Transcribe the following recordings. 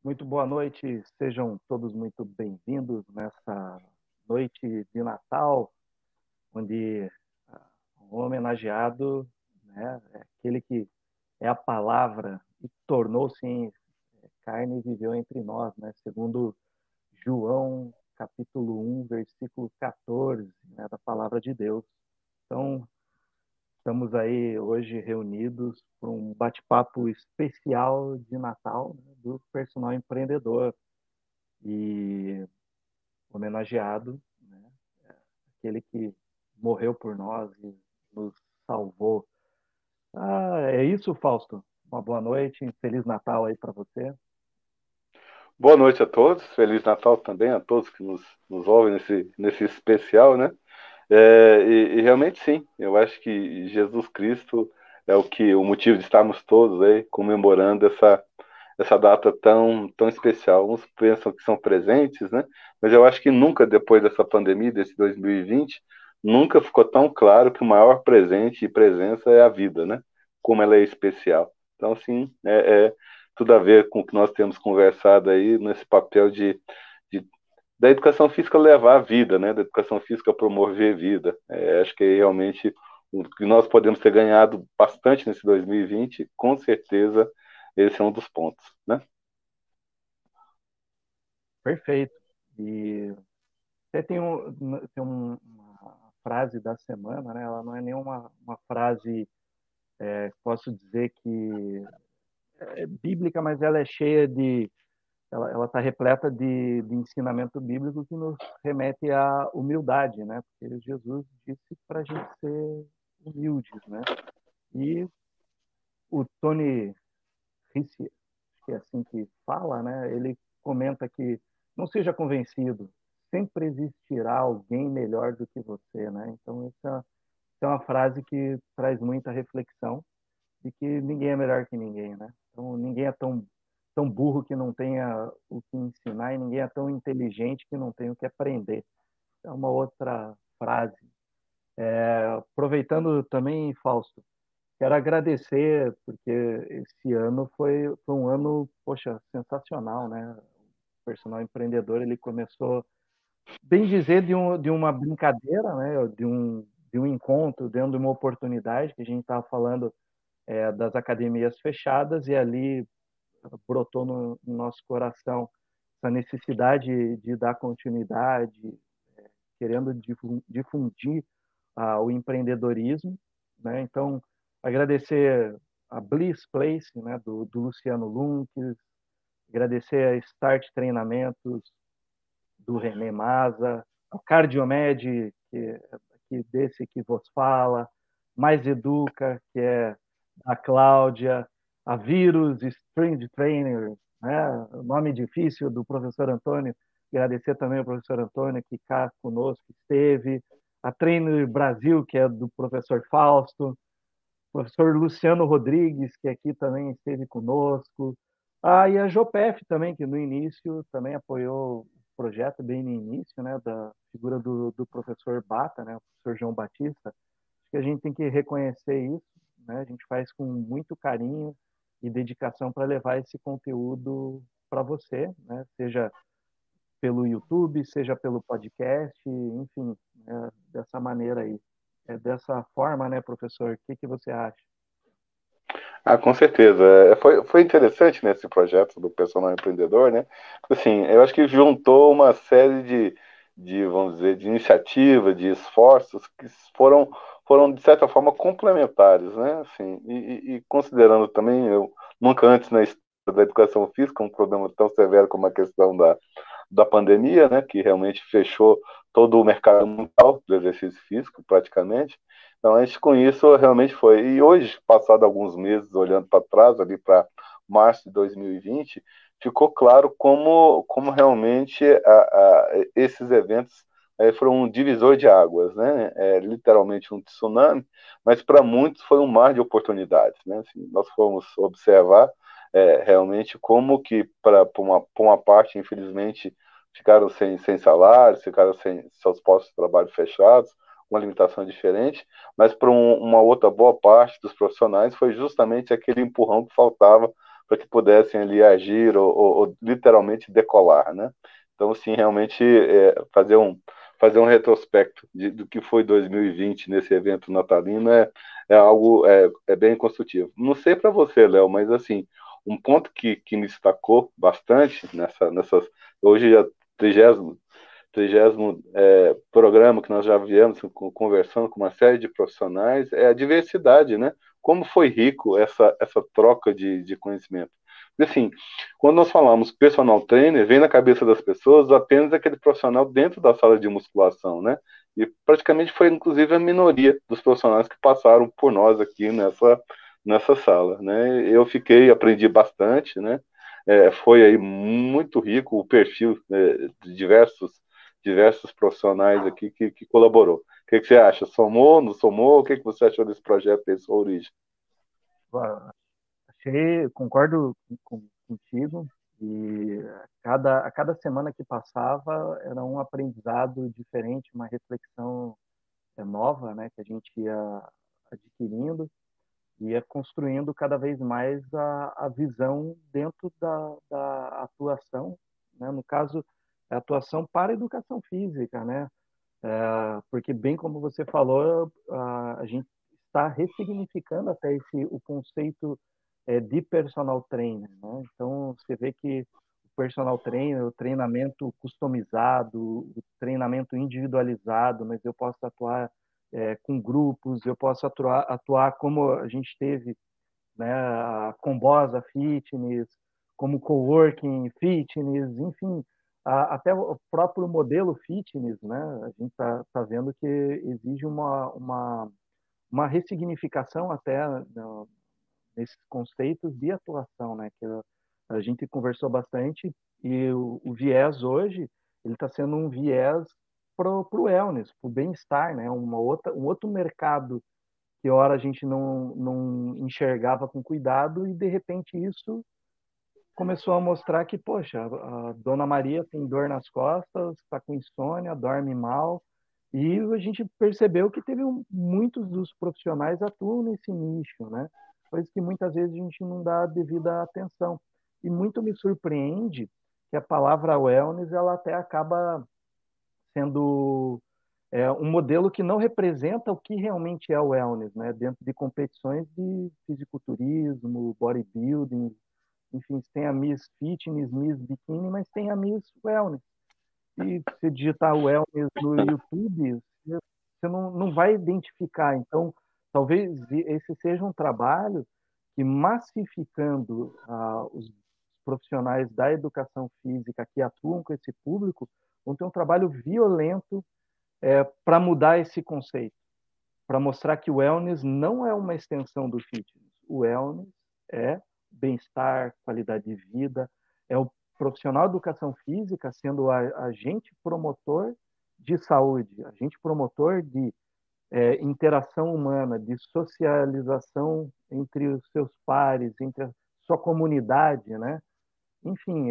Muito boa noite, sejam todos muito bem-vindos nessa noite de Natal, onde o homenageado, né, é aquele que é a palavra e tornou-se em carne e viveu entre nós, né, segundo João, capítulo 1, versículo 14, né, da palavra de Deus. Então, estamos aí hoje reunidos para um bate-papo especial de Natal, né, do personal empreendedor. E homenageado, né? Aquele que morreu por nós e nos salvou. É isso, Fausto. Uma boa noite, Feliz Natal aí para você. Boa noite a todos, Feliz Natal também a todos que nos ouvem nesse especial, né? E realmente sim, eu acho que Jesus Cristo é o motivo de estarmos todos aí comemorando essa data tão especial. Uns pensam que são presentes, né? Mas eu acho que nunca, depois dessa pandemia, desse 2020, nunca ficou tão claro que o maior presente e presença é a vida, né? Como ela é especial. Então, sim, é tudo a ver com o que nós temos conversado aí nesse papel de da educação física levar a vida, né? Da educação física promover vida. Acho que é realmente o que nós podemos ter ganhado bastante nesse 2020, com certeza esse é um dos pontos, né? Perfeito. E até uma frase da semana, né? Ela não é nenhuma uma frase, posso dizer que é bíblica, mas ela é cheia de ela está repleta de ensinamento bíblico que nos remete à humildade, né? Porque Jesus disse para a gente ser humildes, né? E o Tony Ricci, que é assim que fala, né? Ele comenta que não seja convencido, sempre existirá alguém melhor do que você, né? Então essa é uma frase que traz muita reflexão de que ninguém é melhor que ninguém, né? Então ninguém é tão burro que não tenha o que ensinar e ninguém é tão inteligente que não tenha o que aprender. É uma outra frase. Aproveitando também, Fausto, quero agradecer, porque esse ano foi um ano, poxa, sensacional, né? O personal empreendedor, ele começou, bem dizer, de uma brincadeira, né? De um encontro, dentro de uma oportunidade, que a gente estava falando das academias fechadas, e ali brotou no nosso coração essa necessidade de dar continuidade, querendo difundir o empreendedorismo, né? Então, agradecer a Bliss Place, né, do Luciano Lunques, agradecer a Start Treinamentos, do René Maza, ao Cardiomed, que desse que vos fala, Mais Educa, que é da Cláudia, a Vírus, Strength Trainer, né? Nome difícil do professor Antônio, agradecer também ao professor Antônio, que cá conosco esteve, a Trainer Brasil, que é do professor Fausto, o professor Luciano Rodrigues, que aqui também esteve conosco, e a Jopef também, que no início também apoiou o projeto, bem no início, né, da figura do professor Bata, né, o professor João Batista. Acho que a gente tem que reconhecer isso, né, a gente faz com muito carinho e dedicação para levar esse conteúdo para você, né, seja pelo YouTube, seja pelo podcast, enfim, dessa maneira aí. É dessa forma, né, professor? O que você acha? Ah, com certeza. Foi interessante nesse projeto do personal empreendedor, né? Assim, eu acho que juntou uma série vamos dizer, de iniciativas, de esforços que foram de certa forma complementares, né? Assim, e considerando também, eu nunca antes na história da educação física um problema tão severo como a questão da pandemia, né? Que realmente fechou todo o mercado mundial do exercício físico, praticamente. Então, a gente com isso realmente foi. E hoje, passado alguns meses, olhando para trás, ali para março de 2020, ficou claro como realmente esses eventos foram um divisor de águas, né? Literalmente um tsunami, mas para muitos foi um mar de oportunidades, né? Assim, nós fomos observar realmente como que, para uma parte, infelizmente, ficaram sem salário, ficaram sem seus postos de trabalho fechados, uma limitação diferente, mas para uma outra boa parte dos profissionais foi justamente aquele empurrão que faltava para que pudessem ali agir ou literalmente decolar, né? Então, sim, realmente fazer um retrospecto do que foi 2020 nesse evento natalino é algo bem construtivo. Não sei para você, Léo, mas assim, um ponto que me destacou bastante nessas hoje já 30º programa que nós já viemos conversando com uma série de profissionais, é a diversidade, né? Como foi rico essa troca de conhecimento. Porque, assim, quando nós falamos personal trainer, vem na cabeça das pessoas apenas aquele profissional dentro da sala de musculação, né? E praticamente foi, inclusive, a minoria dos profissionais que passaram por nós aqui nessa sala, né? Aprendi bastante, né? Foi aí muito rico o perfil de diversos profissionais aqui que colaborou. O que você acha? Somou, não somou? O que você achou desse projeto, dessa origem? Concordo contigo, e a cada semana que passava era um aprendizado diferente, uma reflexão nova, né, que a gente ia adquirindo e ia construindo cada vez mais a visão dentro da atuação, né, no caso, a atuação para a educação física, né, porque bem como você falou, a gente está ressignificando até o conceito de personal trainer, né? Então você vê que o personal trainer, o treinamento customizado, o treinamento individualizado, mas eu posso atuar com grupos, eu posso atuar como a gente teve, né, a Combosa Fitness, como coworking fitness, enfim, até o próprio modelo fitness, né? A gente tá vendo que exige uma ressignificação até nesses conceitos de atuação, né? Que a gente conversou bastante e o viés hoje ele está sendo um viés pro wellness, pro bem-estar, né? Um outro mercado que hora a gente não enxergava com cuidado e de repente isso começou a mostrar que, poxa, a Dona Maria tem dor nas costas, está com insônia, dorme mal, e a gente percebeu que muitos dos profissionais atuam nesse nicho, né? Coisa que muitas vezes a gente não dá a devida atenção. E muito me surpreende que a palavra wellness ela até acaba sendo um modelo que não representa o que realmente é o wellness, né? Dentro de competições de fisiculturismo, bodybuilding, enfim, tem a Miss Fitness, Miss Bikini, mas tem a Miss Wellness. E se digitar wellness no YouTube, você não vai identificar. Então, talvez esse seja um trabalho que, massificando os profissionais da educação física que atuam com esse público, vão ter um trabalho violento para mudar esse conceito, para mostrar que o wellness não é uma extensão do fitness. O wellness é bem-estar, qualidade de vida, é o profissional de educação física sendo agente promotor de saúde, agente promotor de interação humana, de socialização entre os seus pares, entre a sua comunidade, né? Enfim,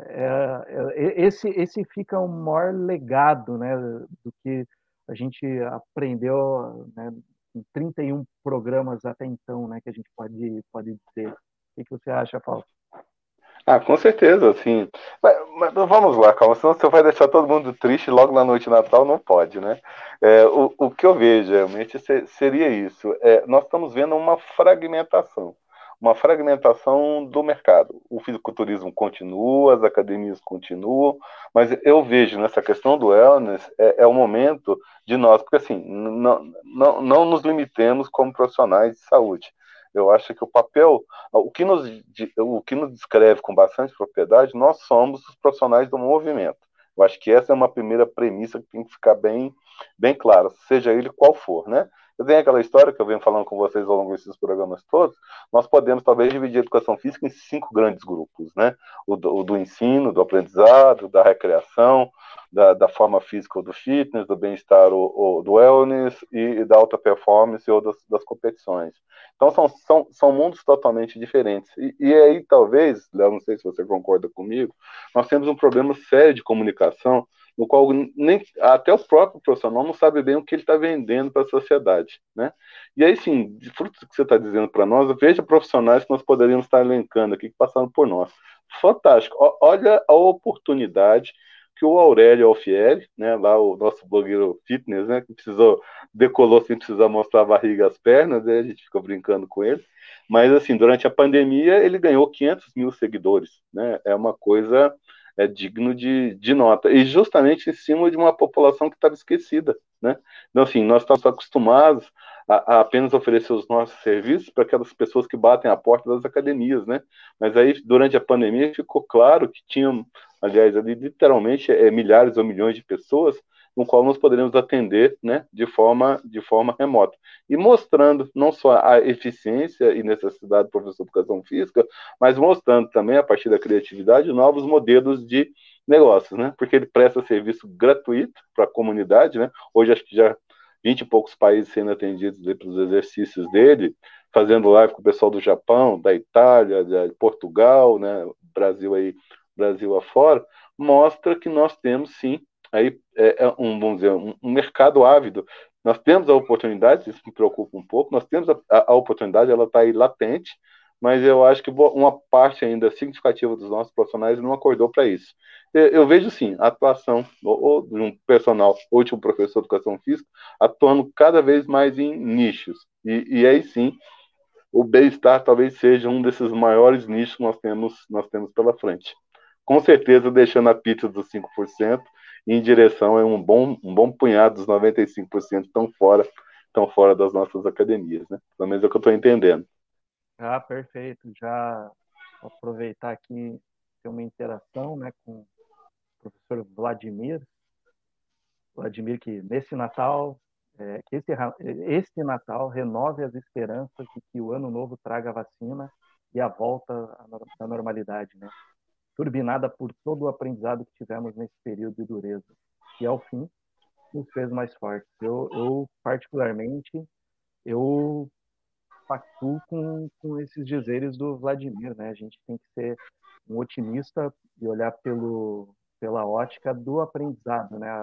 esse fica o maior legado, né, do que a gente aprendeu, né, em 31 programas até então, né, que a gente pode dizer. O que você acha, Paulo? Ah, com certeza, assim. Mas vamos lá, calma, senão você vai deixar todo mundo triste logo na noite de Natal, não pode, né? O que eu vejo realmente seria isso. Nós estamos vendo uma fragmentação do mercado. O fisiculturismo continua, as academias continuam, mas eu vejo nessa questão do wellness o momento de nós, porque assim, não nos limitemos como profissionais de saúde. Eu acho que o que nos descreve com bastante propriedade, nós somos os profissionais do movimento. Eu acho que essa é uma primeira premissa que tem que ficar bem clara, seja ele qual for, né? Eu tenho aquela história que eu venho falando com vocês ao longo desses programas todos, nós podemos talvez dividir a educação física em 5 grandes grupos, né? O do ensino, do aprendizado, da recreação, da forma física ou do fitness, do bem-estar ou do wellness e da alta performance ou das competições. Então são mundos totalmente diferentes. E aí talvez, Léo, não sei se você concorda comigo, nós temos um problema sério de comunicação no qual nem, até o próprio profissional não sabe bem o que ele está vendendo para a sociedade, né? E aí, sim, de fruto do que você está dizendo para nós, veja profissionais que nós poderíamos estar elencando aqui, que passaram por nós. Fantástico. Olha a oportunidade que o Aurélio Alfieri, né, lá o nosso blogueiro fitness, né, que decolou sem precisar mostrar a barriga e as pernas, né, a gente fica brincando com ele, mas assim, durante a pandemia ele ganhou 500 mil seguidores, né, é uma coisa digno de nota, e justamente em cima de uma população que estava esquecida, né, então assim, nós estamos acostumados a apenas oferecer os nossos serviços para aquelas pessoas que batem a porta das academias, né, mas aí durante a pandemia ficou claro que tinham, aliás, ali literalmente milhares ou milhões de pessoas no qual nós poderemos atender, né, de forma remota. E mostrando não só a eficiência e necessidade do professor de educação física, mas mostrando também, a partir da criatividade, novos modelos de negócios, né, porque ele presta serviço gratuito para a comunidade, né, hoje acho que já 20 e poucos países sendo atendidos pelos exercícios dele, fazendo live com o pessoal do Japão, da Itália, de Portugal, né, Brasil afora, mostra que nós temos sim aí vamos dizer, um mercado ávido. Nós temos a oportunidade, isso me preocupa um pouco, nós temos a oportunidade, ela está aí latente, mas eu acho que uma parte ainda significativa dos nossos profissionais não acordou para isso. Eu vejo sim a atuação ou de um personal ou de um professor de educação física atuando cada vez mais em nichos. E aí sim, o bem-estar talvez seja um desses maiores nichos que nós temos pela frente. Com certeza deixando a pizza dos 5% em direção a um bom punhado dos 95% estão fora das nossas academias, né? Pelo menos é o que eu estou entendendo. Ah, perfeito. Já vou aproveitar aqui ter uma interação, né, com o professor Vladimir. Vladimir, que nesse Natal, que esse Natal renove as esperanças de que o ano novo traga a vacina e a volta à normalidade, né? Turbinada por todo o aprendizado que tivemos nesse período de dureza. E, ao fim, nos fez mais fortes. Eu particularmente, eu pactuo com esses dizeres do Vladimir, né? A gente tem que ser um otimista e olhar pela ótica do aprendizado, né?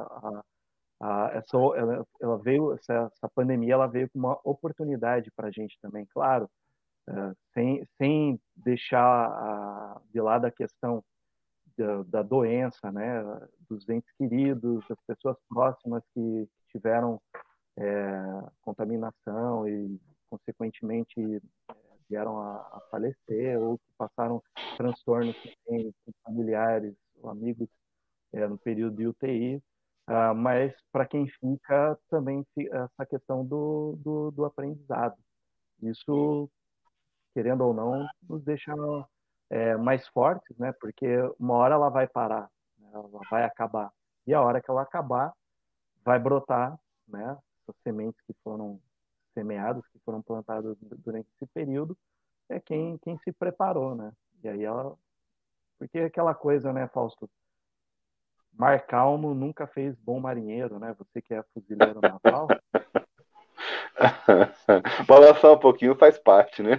Ela veio, essa pandemia, ela veio com uma oportunidade para a gente também, claro, sem deixar de lado a questão da doença, né? Dos entes queridos, das pessoas próximas que tiveram contaminação e, consequentemente, vieram a falecer ou que passaram transtornos com familiares ou amigos no período de UTI. Mas, para quem fica, também essa questão do aprendizado. Isso, querendo ou não, nos deixa mais fortes, né? Porque uma hora ela vai parar, né? Ela vai acabar. E a hora que ela acabar, vai brotar, né? Essas sementes que foram semeadas, que foram plantadas durante esse período, é quem se preparou, né? E aí ela... Porque aquela coisa, né, Fausto? Mar calmo nunca fez bom marinheiro, né? Você que é fuzileiro naval. Balançar um pouquinho faz parte, né?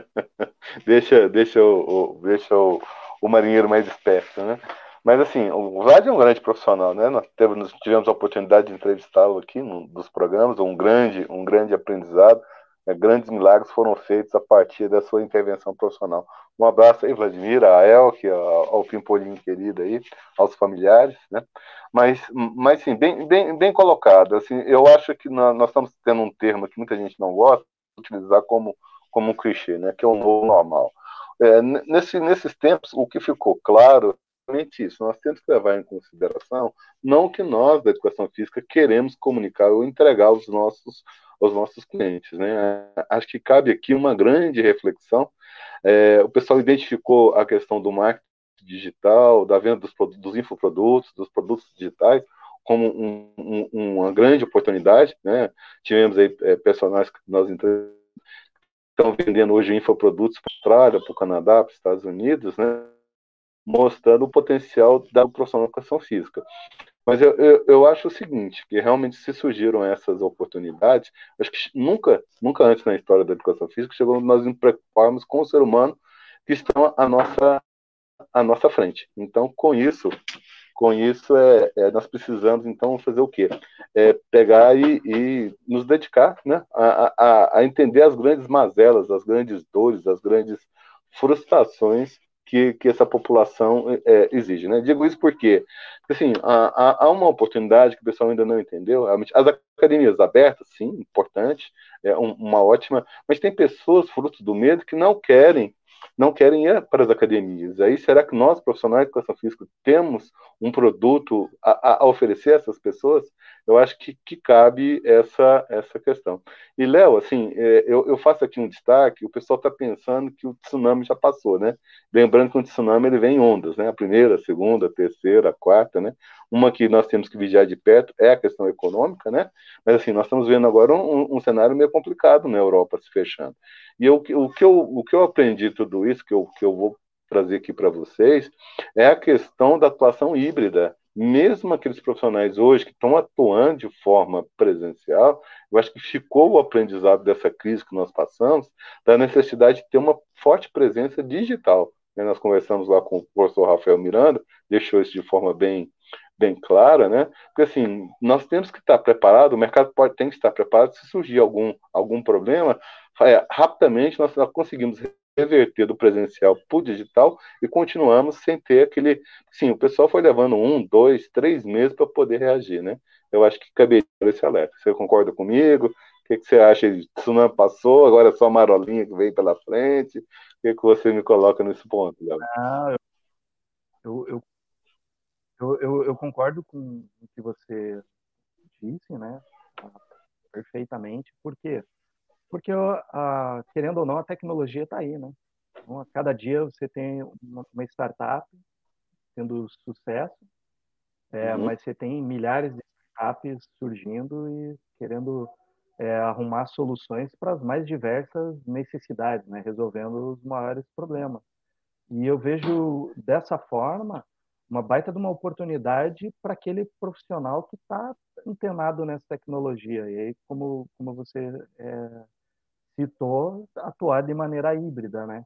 deixa o marinheiro mais esperto, né? Mas assim, o Vlad é um grande profissional, né? Nós tivemos a oportunidade de entrevistá-lo aqui num dos programas, um grande aprendizado, né? Grandes milagres foram feitos a partir da sua intervenção profissional. Um abraço aí, Vladimir, a Elke, ao Pimpolinho querido aí, aos familiares, né? Mas sim, bem colocado. Assim, eu acho que nós estamos tendo um termo que muita gente não gosta de utilizar como um clichê, né? Que é o novo normal. Nesses tempos, o que ficou claro é realmente isso. Nós temos que levar em consideração não que nós, da educação física, queremos comunicar ou entregar aos nossos clientes, né? Acho que cabe aqui uma grande reflexão. O pessoal identificou a questão do marketing digital, da venda dos infoprodutos, dos produtos digitais, como uma grande oportunidade, né? Tivemos aí personagens que nós estão vendendo hoje infoprodutos para a Austrália, para o Canadá, para os Estados Unidos, né? Mostrando o potencial da profissional de educação física. Mas eu acho o seguinte, que realmente se surgiram essas oportunidades, acho que nunca antes na história da educação física chegou nós nos preocuparmos com o ser humano que estão à nossa frente. Então, com isso nós precisamos então fazer o quê? Pegar e nos dedicar, né, a entender as grandes mazelas, as grandes dores, as grandes frustrações que essa população exige. Né? Digo isso porque assim, há uma oportunidade que o pessoal ainda não entendeu. As academias abertas, sim, importante, uma ótima, mas tem pessoas, fruto do medo, que não querem ir para as academias. Aí, será que nós, profissionais de educação física, temos um produto a oferecer a essas pessoas? Eu acho que cabe essa questão. E, Léo, assim, eu faço aqui um destaque, o pessoal está pensando que o tsunami já passou, né? Lembrando que o tsunami ele vem em ondas, né? A primeira, a segunda, a terceira, a quarta, né? Uma que nós temos que vigiar de perto é a questão econômica, né? Mas, assim, nós estamos vendo agora um cenário meio complicado na Europa se fechando. E o que eu aprendi tudo isso, que eu vou trazer aqui para vocês, é a questão da atuação híbrida. Mesmo aqueles profissionais hoje que estão atuando de forma presencial, eu acho que ficou o aprendizado dessa crise que nós passamos, da necessidade de ter uma forte presença digital. Nós conversamos lá com o professor Rafael Miranda, deixou isso de forma bem clara, né? Porque assim, nós temos que estar preparados, o mercado tem que estar preparado se surgir algum problema, rapidamente nós conseguimos reverter do presencial para o digital e continuamos sem ter aquele. Sim, o pessoal foi levando 1, 2, 3 meses para poder reagir, né? Eu acho que caberia esse alerta. Você concorda comigo? O que você acha? O tsunami passou, agora é só a marolinha que veio pela frente. O que você me coloca nesse ponto, Léo? Ah, eu, eu, eu concordo com o que você disse, né? Perfeitamente. Por quê? Porque, querendo ou não, a tecnologia está aí, né? Então, a cada dia você tem uma startup tendo sucesso, Uhum. mas você tem milhares de startups surgindo e querendo arrumar soluções para as mais diversas necessidades, né? Resolvendo os maiores problemas. E eu vejo dessa forma uma baita de uma oportunidade para aquele profissional que está antenado nessa tecnologia. E aí, como você citou, atuar de maneira híbrida, né?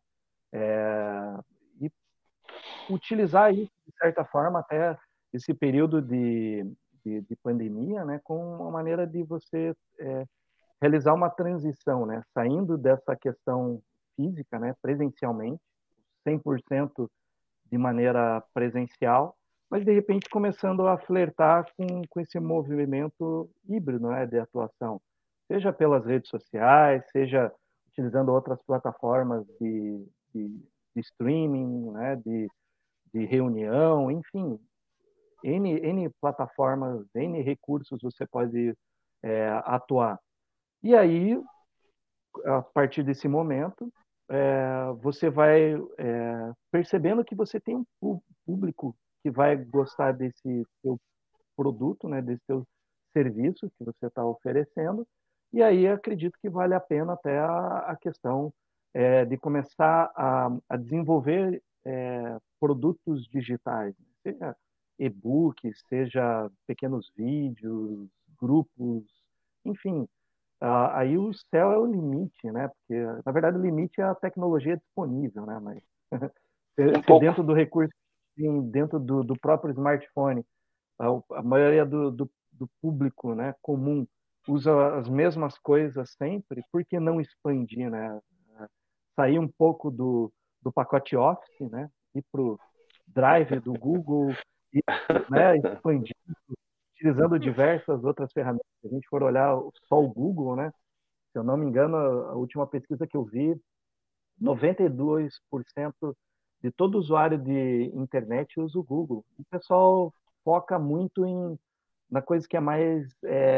E utilizar isso, de certa forma, até esse período de pandemia, né? Com uma maneira de você realizar uma transição, né? Saindo dessa questão física, né? Presencialmente, 100% de maneira presencial, mas de repente começando a flertar com esse movimento híbrido, né, de atuação, seja pelas redes sociais, seja utilizando outras plataformas de, de streaming, né, de reunião, enfim, N plataformas, N recursos você pode atuar. E aí, a partir desse momento, você vai percebendo que você tem um público que vai gostar desse seu produto, né, desse seu serviço que você está oferecendo, e aí acredito que vale a pena até a questão de começar a desenvolver produtos digitais, né? Seja e-book, seja pequenos vídeos, grupos, enfim, aí o céu é o limite, né? Porque, na verdade, o limite é a tecnologia disponível, né? Mas Um se pouco. dentro do recurso, dentro do próprio smartphone, a maioria do público, né, comum usa as mesmas coisas sempre, por que não expandir, né? Sair um pouco do pacote Office, né? Ir para o Drive do Google, e, né, expandir, utilizando diversas outras ferramentas. Se a gente for olhar só o Google, né? Se eu não me engano, a última pesquisa que eu vi, 92% de todo usuário de internet usa o Google. O pessoal foca muito na coisa que é mais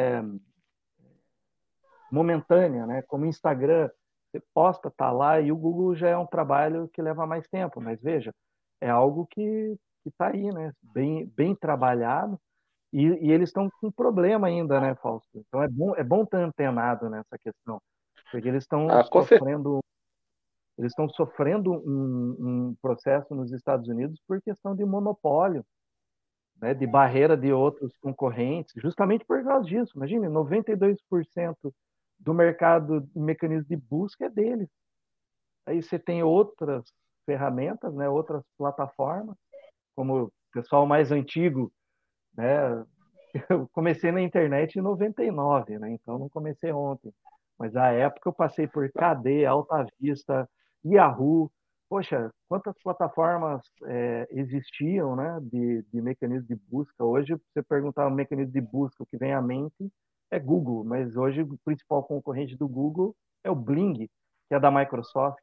momentânea, né? Como o Instagram, você posta, tá lá, e o Google já é um trabalho que leva mais tempo, mas veja, é algo que está aí, né? Bem trabalhado, e eles estão com problema ainda, né, Fausto? Então é bom estar antenado nessa questão, porque Com certeza. eles estão sofrendo um processo nos Estados Unidos por questão de monopólio. né, de barreira de outros concorrentes, justamente por causa disso. Imagine, 92% do mercado de mecanismo de busca é deles. Aí você tem outras ferramentas, né, outras plataformas, como o pessoal mais antigo, né? Eu comecei na internet em 99, né? Então não comecei ontem. Mas à época eu passei por KD, Alta Vista, Yahoo. Poxa, quantas plataformas existiam, né, de mecanismo de busca? Hoje, você perguntar o mecanismo de busca, o que vem à mente é Google, mas hoje o principal concorrente do Google é o Bing, que é da Microsoft.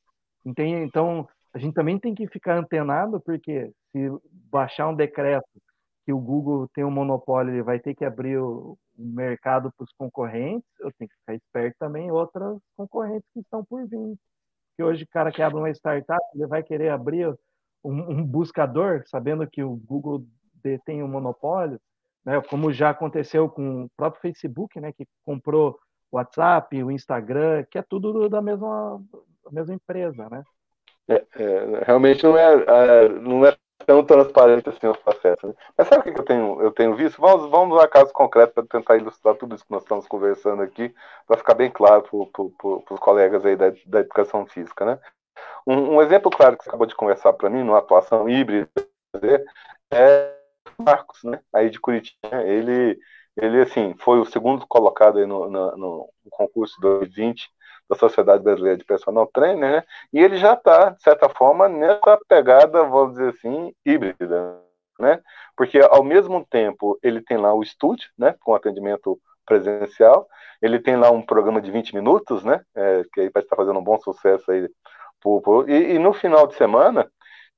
Então, a gente também tem que ficar antenado, porque se baixar um decreto que o Google tem um monopólio, ele vai ter que abrir o mercado para os concorrentes, eu tenho que ficar esperto também em outras concorrentes que estão por vir. Que hoje o cara que abre uma startup, ele vai querer abrir um buscador, sabendo que o Google detém um monopólio, né? Como já aconteceu com o próprio Facebook, né? Que comprou o WhatsApp, o Instagram, que é tudo da mesma empresa, né? Realmente não é tão transparente assim o processo. Né? Mas sabe o que eu tenho visto? Vamos a casos concretos para tentar ilustrar tudo isso que nós estamos conversando aqui, para ficar bem claro para os colegas aí da educação física. Né? Um exemplo claro que você acabou de conversar para mim, numa atuação híbrida, é o Marcos, né? Aí de Curitiba. Ele assim, foi o segundo colocado aí no concurso 2020 da Sociedade Brasileira de Personal Trainer, né? E ele já está, de certa forma, nessa pegada, vamos dizer assim, híbrida, né? Porque, ao mesmo tempo, ele tem lá o estúdio, né? Com atendimento presencial, ele tem lá um programa de 20 minutos, né? Que aí vai estar fazendo um bom sucesso aí. E no final de semana,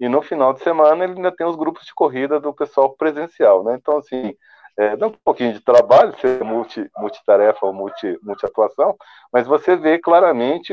ele ainda tem os grupos de corrida do pessoal presencial, né? Então, assim, dá um pouquinho de trabalho, ser multitarefa ou multiatuação, mas você vê claramente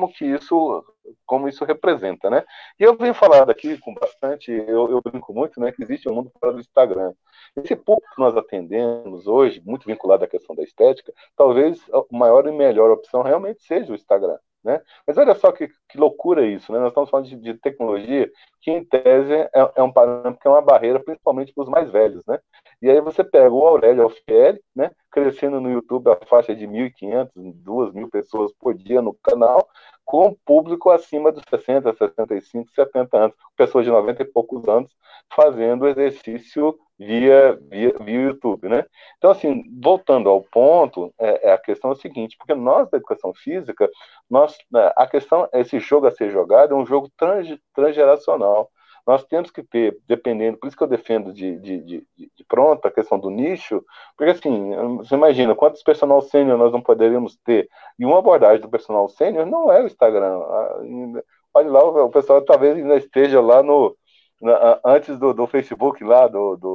como isso representa, né? E eu venho falando aqui com bastante, eu brinco muito, né, que existe um mundo fora do Instagram. Esse público que nós atendemos hoje, muito vinculado à questão da estética, talvez a maior e melhor opção realmente seja o Instagram. Né? Mas olha só que loucura isso, né? Nós estamos falando de tecnologia que, em tese, é um parâmetro, que é uma barreira, principalmente para os mais velhos, né? E aí você pega o Aurélio Alfieri, né? Crescendo no YouTube a faixa de 1.500, 2.000 pessoas por dia no canal, com público acima dos 60, 65, 70 anos, pessoas de 90 e poucos anos fazendo exercício via YouTube, né? Então, assim, voltando ao ponto, a questão é a seguinte, porque nós da educação física, a questão, esse jogo a ser jogado é um jogo transgeracional. Nós temos que ter, dependendo, por isso que eu defendo de pronto a questão do nicho, porque assim, você imagina quantos personal sênior nós não poderíamos ter, e uma abordagem do personal sênior não é o Instagram. Olha lá, o pessoal talvez ainda esteja lá antes do Facebook, lá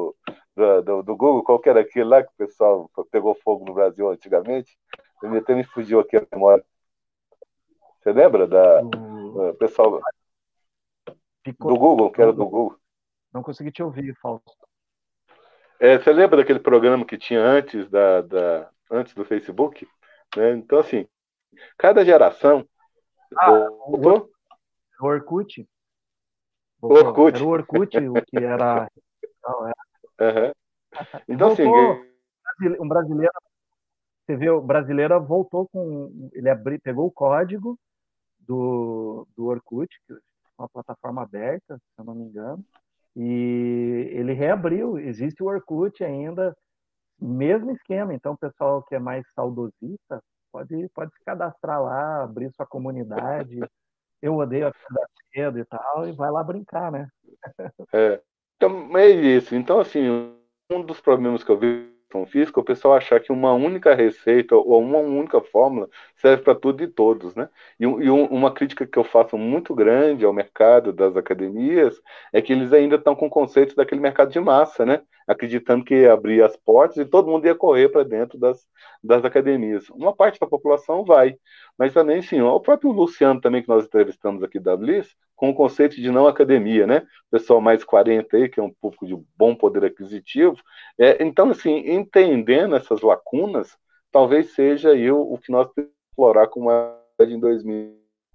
do Google, qual que era aquele lá que o pessoal pegou fogo no Brasil antigamente. Até me fugiu aqui a memória. Você lembra pessoal do Google, que era do Google? Não consegui te ouvir, Fausto. Você lembra daquele programa que tinha antes do Facebook? Né? Então, assim, cada geração voltou. O Orkut? Orkut. Era o Orkut, o que era... Não, Uhum. Então, voltou. assim, Um brasileiro, você vê, o brasileiro voltou com... Ele pegou o código do Orkut, que é uma plataforma aberta, se eu não me engano, e ele reabriu. Existe o Orkut ainda, mesmo esquema. Então, o pessoal que é mais saudosista pode se cadastrar lá, abrir sua comunidade. Eu odeio acordar cedo e tal, e vai lá brincar, né? Então, é isso. Então, assim, um dos problemas que eu vejo com física é o pessoal achar que uma única receita ou uma única fórmula serve para tudo e todos, né? Uma crítica que eu faço muito grande ao mercado das academias é que eles ainda estão com o conceito daquele mercado de massa, né? Acreditando que ia abrir as portas e todo mundo ia correr para dentro das academias. Uma parte da população vai, mas também, sim, o próprio Luciano também, que nós entrevistamos aqui da Bliss, com o conceito de não academia, né? Pessoal mais 40 aí, que é um público de bom poder aquisitivo. Então, assim, entendendo essas lacunas, talvez seja aí o que nós temos que explorar como em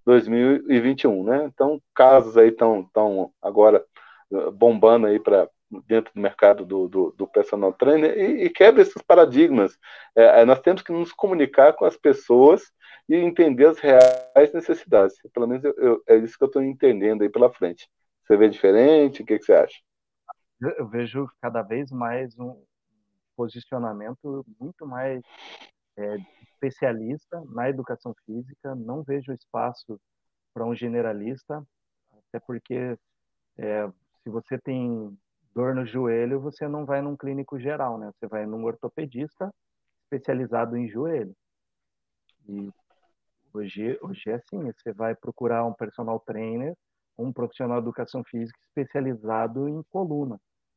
2021, né? Então, casos aí estão agora bombando aí para dentro do mercado do personal trainer e quebra esses paradigmas. Nós temos que nos comunicar com as pessoas e entender as reais necessidades. Pelo menos é isso que eu estou entendendo aí pela frente. Você vê diferente? O que você acha? Eu vejo cada vez mais um posicionamento muito mais especialista na educação física. Não vejo espaço para um generalista, até porque se você tem dor no joelho, você não vai num clínico geral, né? Você vai num ortopedista especializado em joelho. E hoje é assim, você vai procurar um personal trainer, um profissional de educação física especializado em coluna.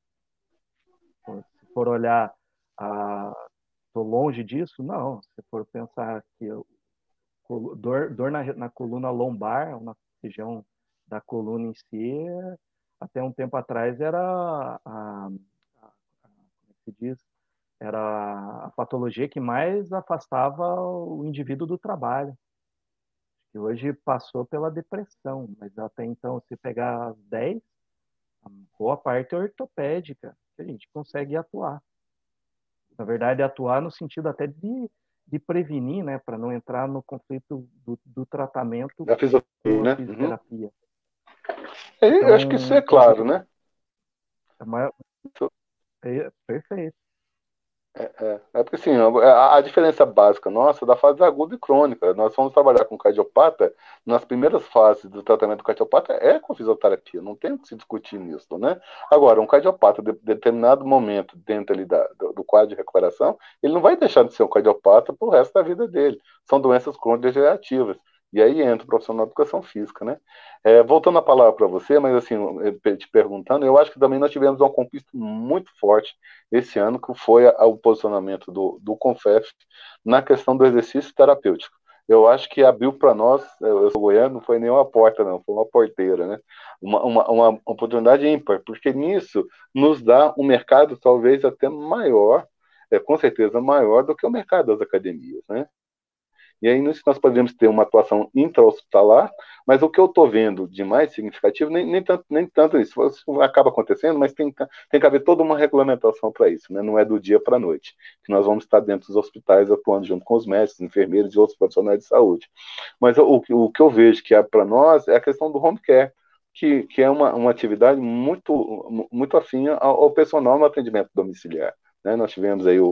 Se for olhar, estou longe disso? Não. Se for pensar que dor na coluna lombar, na região da coluna em si, até um tempo atrás era como se diz, era a patologia que mais afastava o indivíduo do trabalho. Que hoje passou pela depressão, mas até então, se pegar as 10, a boa parte é ortopédica, que a gente consegue atuar. Na verdade, atuar no sentido até de prevenir, né, para não entrar no conflito do tratamento Da fisioterapia, com a né? Uhum. fisioterapia. Eu acho que isso é Então, claro, né? a maior, perfeito. Porque assim, a diferença básica nossa é da fase aguda e crônica. Nós vamos trabalhar com cardiopata, nas primeiras fases do tratamento do cardiopata é com fisioterapia, não tem o que se discutir nisso, né? Agora, um cardiopata, de determinado momento dentro ali do quadro de recuperação, ele não vai deixar de ser um cardiopata pro resto da vida dele. São doenças crônico-degenerativas. E aí entra o profissional de educação física, né? Voltando a palavra para você, mas assim, te perguntando, eu acho que também nós tivemos uma conquista muito forte esse ano, que foi o posicionamento do CONFEF na questão do exercício terapêutico. Eu acho que abriu para nós, eu sou goiano, não foi nem uma porta, não, foi uma porteira, né? Uma oportunidade ímpar, porque nisso nos dá um mercado talvez até maior, com certeza maior do que o mercado das academias, né? E aí nisso nós podemos ter uma atuação intra-hospitalar, mas o que eu estou vendo de mais significativo, nem tanto isso, isso acaba acontecendo, mas tem que haver toda uma regulamentação para isso, né? Não é do dia para a noite, que nós vamos estar dentro dos hospitais atuando junto com os médicos, enfermeiros e outros profissionais de saúde. Mas o que eu vejo que é para nós é a questão do home care, que é uma atividade muito afim ao personal no atendimento domiciliar. Né? Nós tivemos aí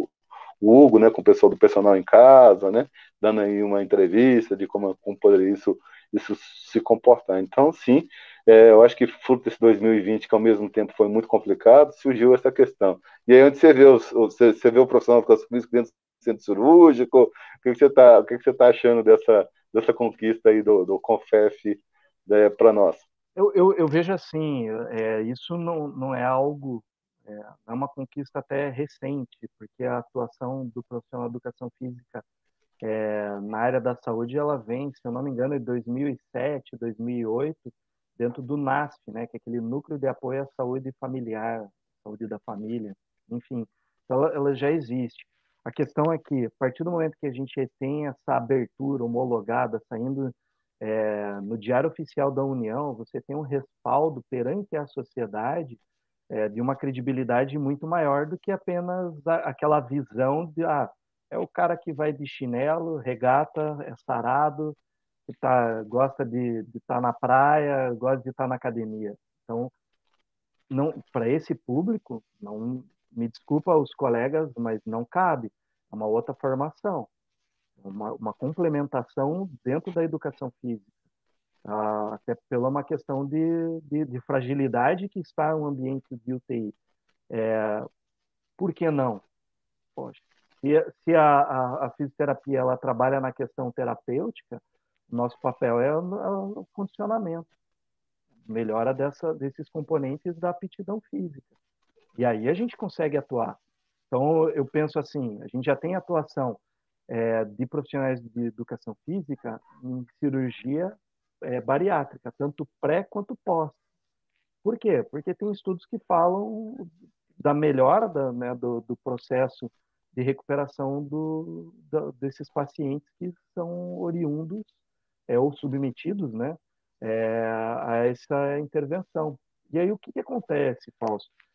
o Hugo, né, com o pessoal do personal em casa, né, dando aí uma entrevista de como poderia isso se comportar. Então, sim, eu acho que fruto desse 2020, que ao mesmo tempo foi muito complicado, surgiu essa questão. E aí, onde você vê, você vê o profissional de educação física dentro do centro cirúrgico, o que você tá achando dessa conquista aí do CONFEF, para nós? Eu vejo assim, isso não é algo, é uma conquista até recente, porque a atuação do profissional de educação física na área da saúde, ela vem, se eu não me engano, em 2007, 2008, dentro do NASF, né, que é aquele Núcleo de Apoio à Saúde Familiar, Saúde da Família, enfim, então ela já existe. A questão é que, a partir do momento que a gente tem essa abertura homologada, saindo no Diário Oficial da União, você tem um respaldo perante a sociedade de uma credibilidade muito maior do que apenas aquela visão de é o cara que vai de chinelo, regata, é sarado, que gosta de estar na praia, gosta de estar na academia. Então, não, para esse público, não me desculpa os colegas, mas não cabe. É uma outra formação, uma complementação dentro da educação física. Até pela uma questão de fragilidade que está o ambiente de UTI. Por que não? Poxa, se a fisioterapia ela trabalha na questão terapêutica, nosso papel é o funcionamento, melhora desses componentes da aptidão física. E aí a gente consegue atuar. Então, eu penso assim, a gente já tem atuação de profissionais de educação física em cirurgia bariátrica, tanto pré quanto pós. Por quê? Porque tem estudos que falam da melhora né, do processo de recuperação desses pacientes que são oriundos ou submetidos, né, a essa intervenção. E aí o que acontece, Fausto?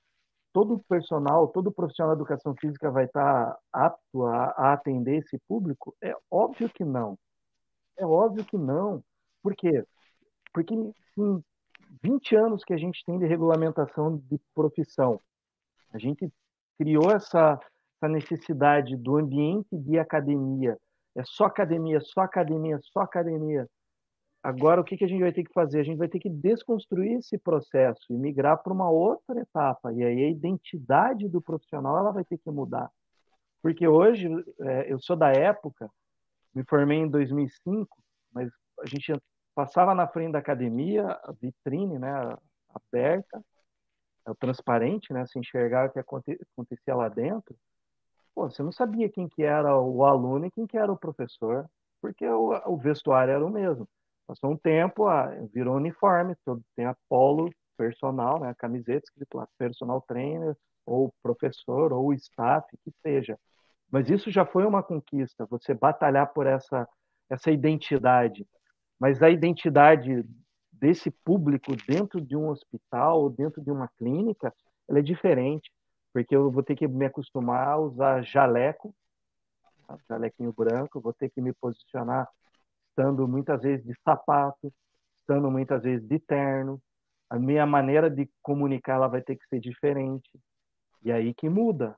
todo personal, todo profissional de educação física vai estar apto a atender esse público? É óbvio que não. É óbvio que não. Por quê? Porque em 20 anos que a gente tem de regulamentação de profissão, a gente criou essa necessidade do ambiente de academia. É só academia, só academia, só academia. Agora, o que a gente vai ter que fazer? A gente vai ter que desconstruir esse processo e migrar para uma outra etapa. E aí a identidade do profissional ela vai ter que mudar. Porque hoje, eu sou da época, me formei em 2005, mas a gente passava na frente da academia, a vitrine, né, aberta, transparente, né, se enxergar o que acontecia lá dentro. Pô, você não sabia quem que era o aluno e quem que era o professor, porque o vestuário era o mesmo. Passou um tempo, virou uniforme, todo, tem a polo personal, né, a camiseta escrito lá, personal trainer, ou professor, ou staff, que seja. Mas isso já foi uma conquista, você batalhar por essa identidade. Mas a identidade desse público dentro de um hospital, dentro de uma clínica, ela é diferente, porque eu vou ter que me acostumar a usar jaleco, jalequinho branco, vou ter que me posicionar estando muitas vezes de sapato, estando muitas vezes de terno. A minha maneira de comunicar ela vai ter que ser diferente. E aí que muda.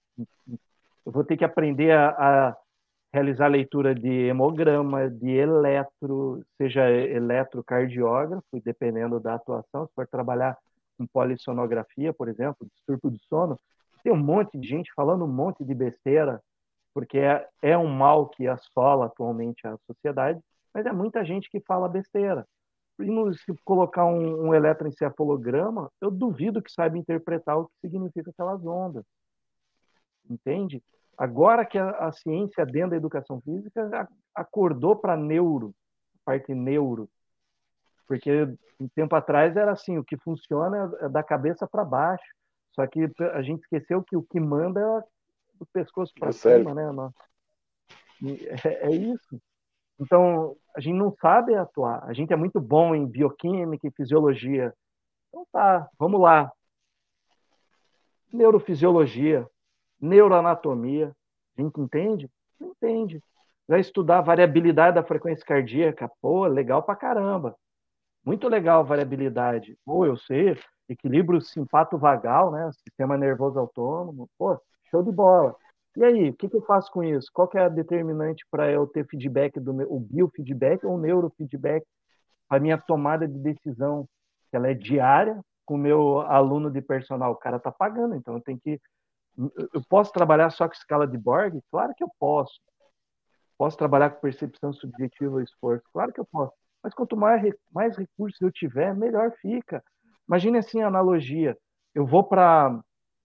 Eu vou ter que aprender a realizar leitura de hemograma, de eletro, seja eletrocardiógrafo, dependendo da atuação. Se for trabalhar com polissonografia, por exemplo, distúrbio do sono, tem um monte de gente falando um monte de besteira, porque é um mal que assola atualmente a sociedade, mas é muita gente que fala besteira. E se colocar um eletroencefalograma, eu duvido que saiba interpretar o que significa aquelas ondas. Entende? Agora que a ciência dentro da educação física acordou para neuro, parte neuro, porque um tempo atrás era assim, o que funciona é da cabeça para baixo, só que a gente esqueceu que o que manda é do pescoço para cima, né? É isso. Então, a gente não sabe atuar. A gente é muito bom em bioquímica e fisiologia. Então tá, vamos lá. Neurofisiologia, neuroanatomia. A gente entende? Não entende. Vai estudar a variabilidade da frequência cardíaca. Pô, legal pra caramba. Muito legal a variabilidade. Pô, eu sei, equilíbrio simpato-vagal, né? Sistema nervoso autônomo. Pô, show de bola. E aí, o que eu faço com isso? Qual que é a determinante para eu ter feedback o biofeedback ou o neurofeedback para minha tomada de decisão? Ela é diária com o meu aluno de personal. O cara tá pagando, então eu tenho que eu posso trabalhar só com escala de Borg? Claro que eu posso. Posso trabalhar com percepção subjetiva e esforço? Claro que eu posso. Mas quanto mais recursos eu tiver, melhor fica. Imagine assim a analogia. Eu vou para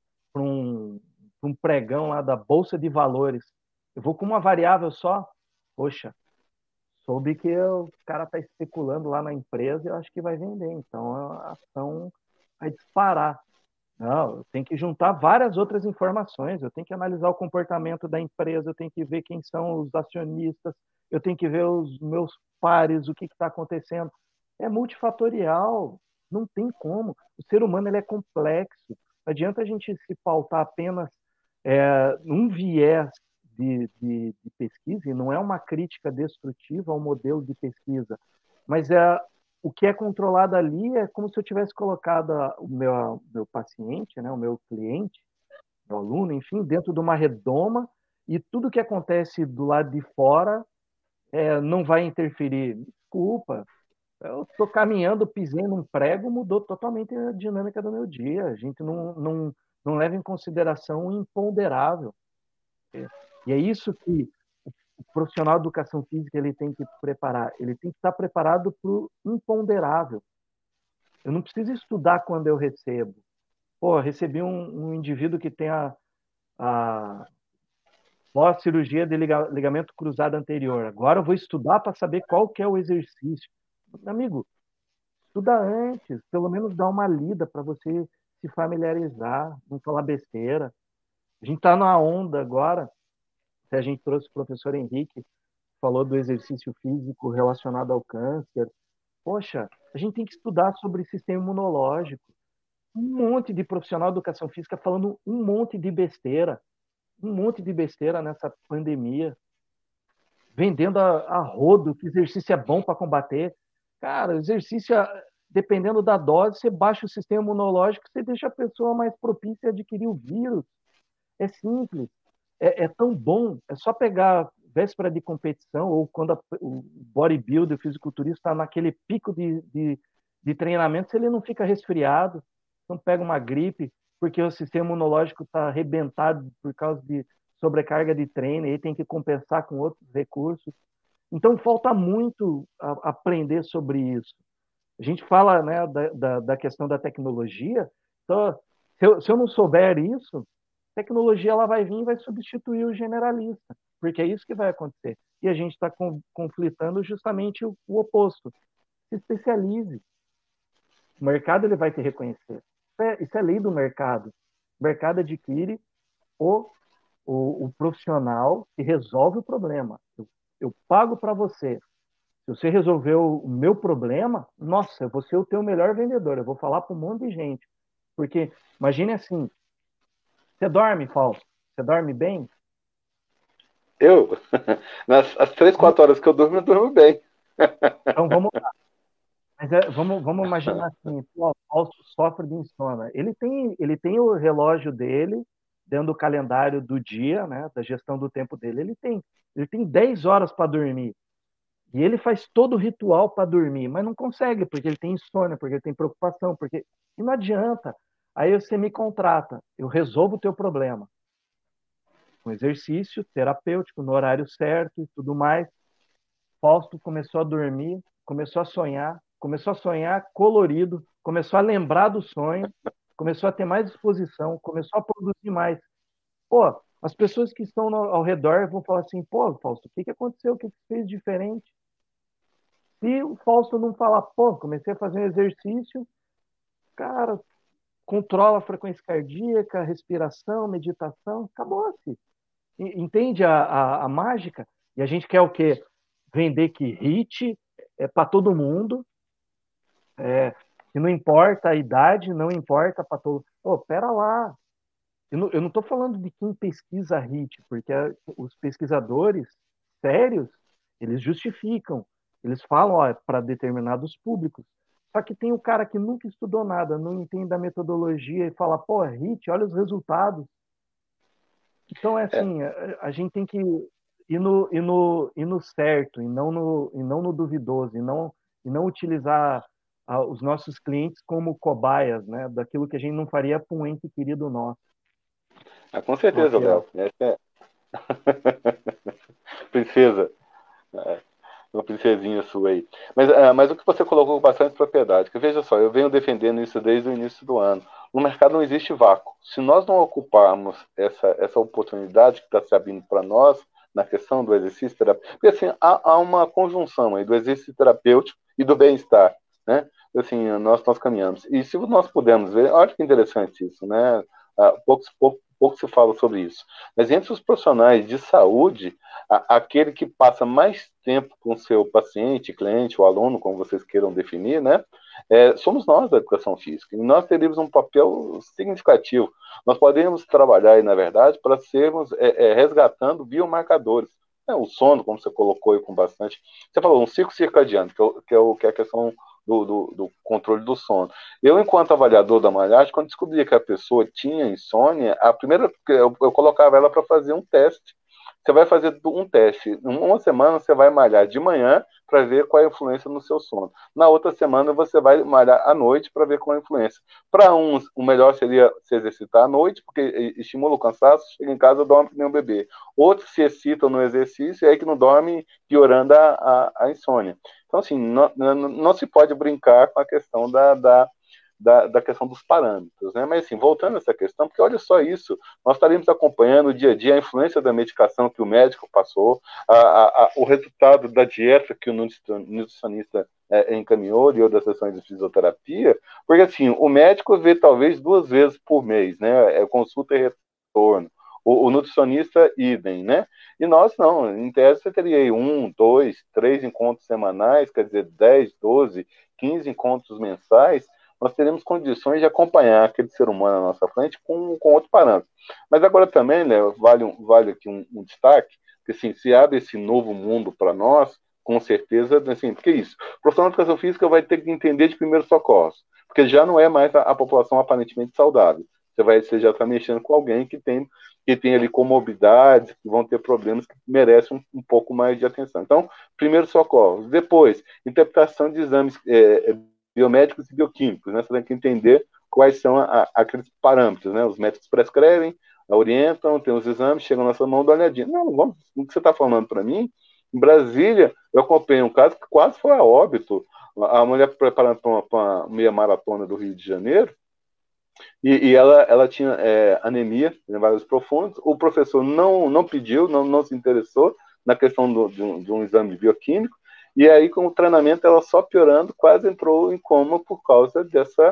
um pregão lá da Bolsa de Valores. Eu vou com uma variável só. Poxa, soube que o cara está especulando lá na empresa e eu acho que vai vender. Então a ação vai disparar. Não, eu tenho que juntar várias outras informações, eu tenho que analisar o comportamento da empresa, eu tenho que ver quem são os acionistas, eu tenho que ver os meus pares, o que está acontecendo. É multifatorial, não tem como. O ser humano ele é complexo. Não adianta a gente se pautar apenas num viés de pesquisa, e não é uma crítica destrutiva ao modelo de pesquisa, mas o que é controlado ali é como se eu tivesse colocado o meu paciente, né, o meu cliente, meu aluno, enfim, dentro de uma redoma e tudo que acontece do lado de fora não vai interferir. Desculpa, eu estou caminhando, pisei num prego, mudou totalmente a dinâmica do meu dia. A gente não leva em consideração o imponderável. E é isso que o profissional de educação física ele tem que preparar. Ele tem que estar preparado para o imponderável. Eu não preciso estudar quando eu recebo. Pô, recebi um indivíduo que tem a pós-cirurgia de ligamento cruzado anterior. Agora eu vou estudar para saber qual que é o exercício. Amigo, estuda antes, pelo menos dá uma lida para você se familiarizar, não falar besteira. A gente está na onda agora. A gente trouxe o professor Henrique, falou do exercício físico relacionado ao câncer. Poxa, a gente tem que estudar sobre sistema imunológico. um monte de profissional de educação física falando um monte de besteira nessa pandemia, vendendo a rodo que exercício é bom para combater. Cara, exercício, dependendo da dose, você baixa o sistema imunológico, você deixa a pessoa mais propícia a adquirir o vírus. É simples, é tão bom, é só pegar véspera de competição ou quando o bodybuilder, o fisiculturista está naquele pico de treinamento, se ele não fica resfriado, não pega uma gripe, porque o sistema imunológico está arrebentado por causa de sobrecarga de treino, e aí tem que compensar com outros recursos. Então, falta muito aprender sobre isso. A gente fala, né, da questão da tecnologia, então, se eu não souber isso, a tecnologia ela vai vir e vai substituir o generalista, porque é isso que vai acontecer. E a gente está conflitando justamente o oposto. Se especialize. O mercado ele vai te reconhecer. Isso é lei do mercado. O mercado adquire o, o profissional que resolve o problema. Eu pago para você. Se você resolveu o meu problema, nossa, eu vou ser o teu melhor vendedor. Eu vou falar para um monte de gente. Porque, imagine assim, você dorme, Fausto? Você dorme bem? Eu, as 3, 4 horas que eu durmo bem. Então vamos lá. Mas vamos imaginar assim, o Fausto sofre de insônia. Ele tem o relógio dele, dentro do calendário do dia, né, da gestão do tempo dele, ele tem 10 horas para dormir. E ele faz todo o ritual para dormir, mas não consegue, porque ele tem insônia, porque ele tem preocupação, porque. E não adianta. Aí você me contrata, eu resolvo o teu problema. Com exercício terapêutico, no horário certo e tudo mais. Fausto começou a dormir, começou a sonhar colorido, começou a lembrar do sonho, começou a ter mais disposição, começou a produzir mais. Pô, as pessoas que estão ao redor vão falar assim, pô, Fausto, o que aconteceu? O que você fez diferente? Se o Fausto não falar, pô, comecei a fazer um exercício, cara, controla a frequência cardíaca, respiração, meditação, acabou-se. Entende a mágica? E a gente quer o quê? Vender que HIIT é para todo mundo, e não importa a idade, não importa para todo. Pô, pera lá. Eu não estou falando de quem pesquisa HIIT, porque os pesquisadores sérios, eles justificam. Eles falam, ó, para determinados públicos. Só que tem o cara que nunca estudou nada, não entende a metodologia e fala, pô, HIIT, olha os resultados. Então, é É, assim, a gente tem que ir no certo, e não no duvidoso, e não utilizar os nossos clientes como cobaias, né, daquilo que a gente não faria para um ente querido nosso. com certeza, Aqui, ó. Léo. Essa é princesa. Uma princesinha sua aí. Mas o que você colocou com bastante propriedade, que veja só, eu venho defendendo isso desde o início do ano. No mercado não existe vácuo. Se nós não ocuparmos essa oportunidade que está se abrindo para nós, na questão do exercício terapêutico, porque assim, há uma conjunção aí do exercício terapêutico e do bem-estar, né? Assim, nós caminhamos. E se nós pudermos ver, olha que interessante isso, né? Pouco se fala sobre isso. Mas entre os profissionais de saúde, aquele que passa mais tempo com o seu paciente, cliente, ou aluno, como vocês queiram definir, né? Somos nós da educação física. E nós teríamos um papel significativo. Nós podemos trabalhar aí, na verdade, para sermos resgatando biomarcadores. O sono, como você colocou aí com bastante. Você falou um ciclo circadiano, que é a questão do controle do sono. Eu, enquanto avaliador da malhagem, quando descobri que a pessoa tinha insônia, a primeira eu colocava ela para fazer um teste. Você vai fazer um teste. Em uma semana você vai malhar de manhã para ver qual é a influência no seu sono. Na outra semana você vai malhar à noite para ver qual é a influência. Para uns, o melhor seria se exercitar à noite, porque estimula o cansaço, chega em casa dorme que nem um bebê. Outros se excitam no exercício e aí que não dorme, piorando a insônia. Então, assim, não se pode brincar com a questão da questão dos parâmetros, né? Mas assim, voltando a essa questão, porque olha só isso, nós estaremos acompanhando o dia a dia a influência da medicação que o médico passou, o resultado da dieta que o nutricionista encaminhou e outras sessões de fisioterapia, porque assim, o médico vê talvez 2 vezes por mês, né? Consulta e retorno. O nutricionista, idem, né? E nós não, em tese você teria aí 1, 2, 3 encontros semanais, quer dizer, 10, 12, 15 encontros mensais, nós teremos condições de acompanhar aquele ser humano à nossa frente com outro parâmetro. Mas agora também, né, vale aqui um destaque, que assim, se abre esse novo mundo para nós, com certeza, assim, porque isso, o profissional de educação física vai ter que entender de primeiros socorros, porque já não é mais a população aparentemente saudável. Você já está mexendo com alguém que tem ali comorbidades, que vão ter problemas que merecem um pouco mais de atenção. Então, primeiro socorro. Depois, interpretação de exames biomédicos e bioquímicos. Né? Você tem que entender quais são aqueles parâmetros. Né? Os médicos prescrevem, orientam, tem os exames, chegam na nossa mão, dá uma olhadinha. Não, vamos, o que você está falando para mim, em Brasília, eu acompanhei um caso que quase foi a óbito. A mulher preparando para uma meia maratona do Rio de Janeiro, e ela tinha anemia em vários profundos. O professor não pediu, não se interessou na questão de um exame bioquímico. E aí, com o treinamento, ela só piorando, quase entrou em coma por causa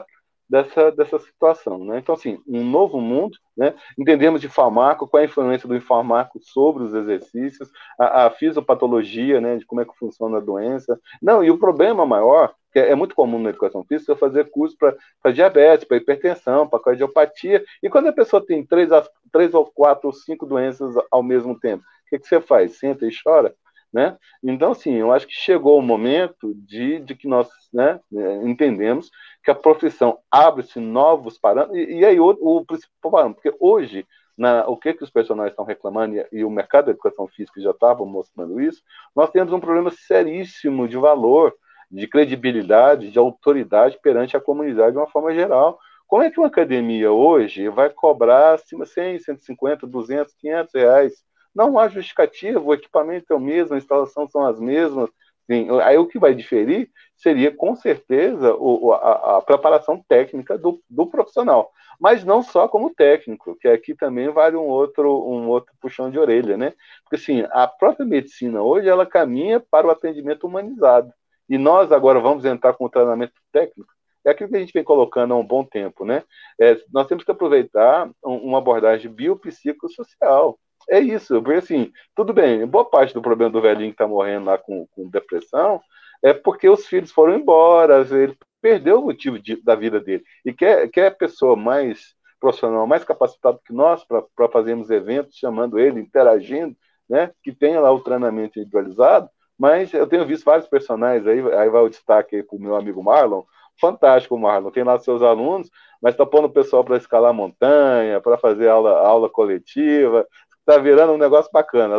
dessa situação. Né? Então, assim, um novo mundo, né? Entendemos de farmaco, qual é a influência do farmaco sobre os exercícios, a fisiopatologia, né? De como é que funciona a doença. Não, e o problema maior, que é muito comum na educação física, é fazer curso para diabetes, para hipertensão, para cardiopatia, e quando a pessoa tem três ou quatro ou cinco doenças ao mesmo tempo, o que você faz? Senta e chora? Né? Então, assim, eu acho que chegou o momento de que nós, né, entendemos que a profissão abre-se novos parâmetros, e aí o principal parâmetro, porque hoje, o que os personagens estão reclamando, e o mercado da educação física já estava mostrando isso, nós temos um problema seríssimo de valor, de credibilidade, de autoridade perante a comunidade de uma forma geral. Como é que uma academia hoje vai cobrar acima de 100, 150, 200, 500 reais? Não há justificativa, o equipamento é o mesmo, a instalação são as mesmas. Sim, aí o que vai diferir seria, com certeza, a preparação técnica do profissional. Mas não só como técnico, que aqui também vale um outro puxão de orelha, né? Porque, assim, a própria medicina hoje, ela caminha para o atendimento humanizado. E nós agora vamos entrar com o treinamento técnico. É aquilo que a gente vem colocando há um bom tempo, né? Nós temos que aproveitar uma abordagem biopsicossocial. É isso, porque assim, tudo bem, boa parte do problema do velhinho que está morrendo lá com depressão é porque os filhos foram embora, ele perdeu o motivo da vida dele. E quer a pessoa mais profissional, mais capacitada que nós para fazermos eventos, chamando ele, interagindo, né, que tenha lá o treinamento individualizado, mas eu tenho visto vários personagens aí vai o destaque para o meu amigo Marlon, fantástico o Marlon, tem lá seus alunos, mas está pondo o pessoal para escalar montanha, para fazer aula coletiva, está virando um negócio bacana.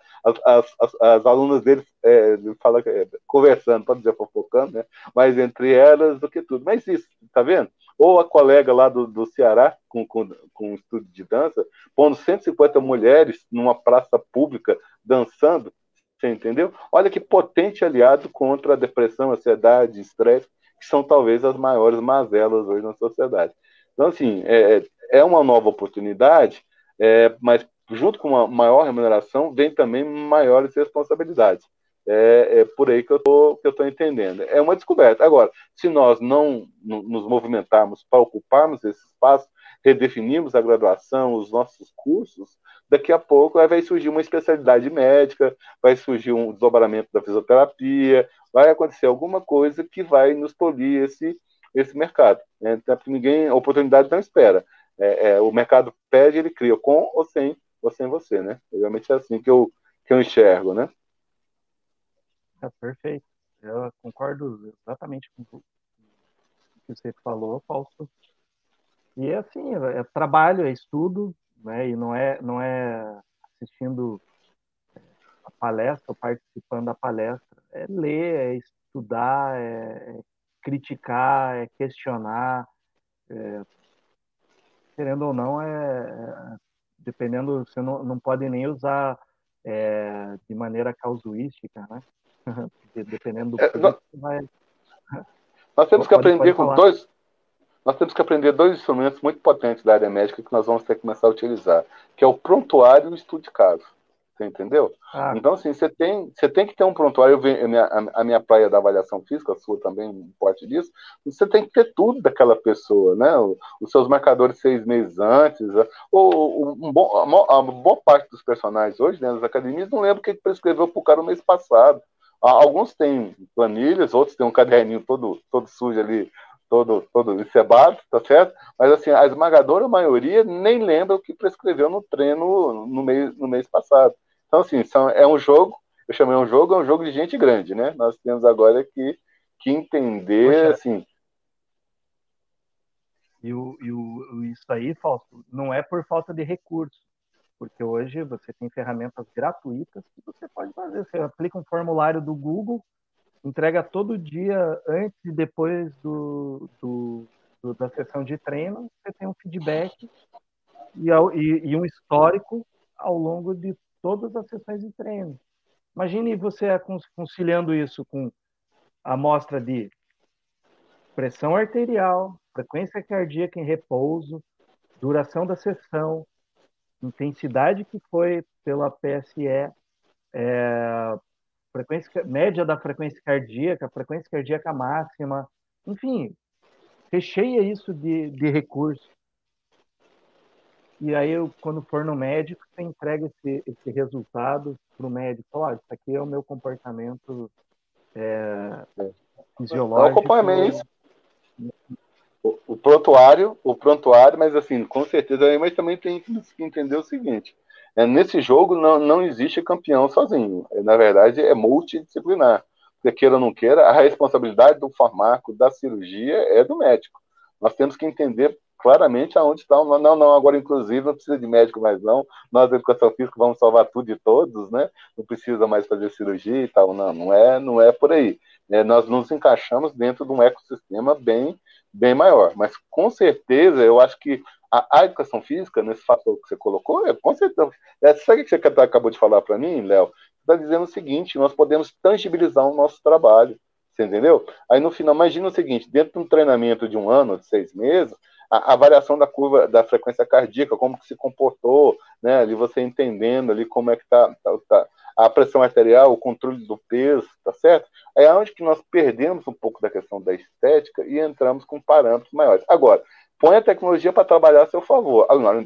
As alunas dele falam, conversando, pode dizer fofocando, né? Mas entre elas do que tudo. Mas isso, tá vendo? Ou a colega lá do Ceará, com um estúdio de dança, pondo 150 mulheres numa praça pública dançando, você entendeu? Olha que potente aliado contra a depressão, ansiedade, estresse, que são talvez as maiores mazelas hoje na sociedade. Então, assim, é uma nova oportunidade, mas junto com uma maior remuneração, vem também maiores responsabilidades. É por aí que eu estou entendendo. É uma descoberta. Agora, se nós não nos movimentarmos para ocuparmos esse espaço, redefinirmos a graduação, os nossos cursos, daqui a pouco vai surgir uma especialidade médica, vai surgir um desdobramento da fisioterapia, vai acontecer alguma coisa que vai nos tolir esse mercado. Né? Ninguém, a oportunidade não espera. O mercado pede, ele cria, com ou sem você, né? Realmente é assim que eu enxergo, né? Perfeito. Eu concordo exatamente com o que você falou, Fausto. E é assim, é trabalho, é estudo, né? E não é assistindo a palestra ou participando da palestra. É ler, é estudar, é criticar, é questionar. Querendo ou não, dependendo, você não pode nem usar de maneira casuística, né? Dependendo do público, nós temos que pode aprender com falar. nós temos que aprender dois instrumentos muito potentes da área médica que nós vamos ter que começar a utilizar, que é o prontuário e o estudo de caso. Você entendeu? Então, assim, você tem que ter um prontuário. A minha praia da avaliação física, a sua também parte disso, você tem que ter tudo daquela pessoa, né? Os seus marcadores 6 meses antes. A boa parte dos personagens hoje, né, nas academias, não lembra o que prescreveu para o cara no mês passado. Alguns têm planilhas, outros têm um caderninho todo sujo ali todo encebado, tá certo? Mas assim, a esmagadora maioria nem lembra o que prescreveu no treino no mês passado. Então, assim, é um jogo, eu chamei é um jogo de gente grande, né? Nós temos agora que entender, Poxa, assim. isso aí, Fausto, não é por falta de recurso, porque hoje você tem ferramentas gratuitas que você pode fazer. Você aplica um formulário do Google, entrega todo dia, antes e depois da sessão de treino, você tem um feedback e um histórico ao longo de todas as sessões de treino. Imagine você conciliando isso com a amostra de pressão arterial, frequência cardíaca em repouso, duração da sessão, intensidade que foi pela PSE, frequência, média da frequência cardíaca máxima, enfim, recheia isso de recursos. E aí, quando for no médico, você entrega esse resultado para o médico. Fala, isso aqui é o meu comportamento É o acompanhamento, fisiológico. o prontuário, mas assim, com certeza, mas também tem que entender o seguinte: nesse jogo não existe campeão sozinho. Na verdade, é multidisciplinar. Você queira ou não queira, a responsabilidade do farmaco, da cirurgia, é do médico. Nós temos que entender claramente aonde está. Não, agora, inclusive, não precisa de médico mais, não. Nós, da educação física, vamos salvar tudo e todos, né? Não precisa mais fazer cirurgia e tal. Não é por aí. Nós nos encaixamos dentro de um ecossistema bem maior. Mas, com certeza, eu acho que a educação física, nesse fator que você colocou, com certeza. Sabe o que você acabou de falar para mim, Léo? Você está dizendo o seguinte: nós podemos tangibilizar o nosso trabalho. Você entendeu? Aí, no final, imagina o seguinte: dentro de um treinamento de 1 ano, de 6 meses, a variação da curva da frequência cardíaca, como que se comportou, né? Ali você entendendo ali como é que tá a pressão arterial, o controle do peso, tá certo? É onde que nós perdemos um pouco da questão da estética e entramos com parâmetros maiores. Agora, põe a tecnologia para trabalhar a seu favor. Agora,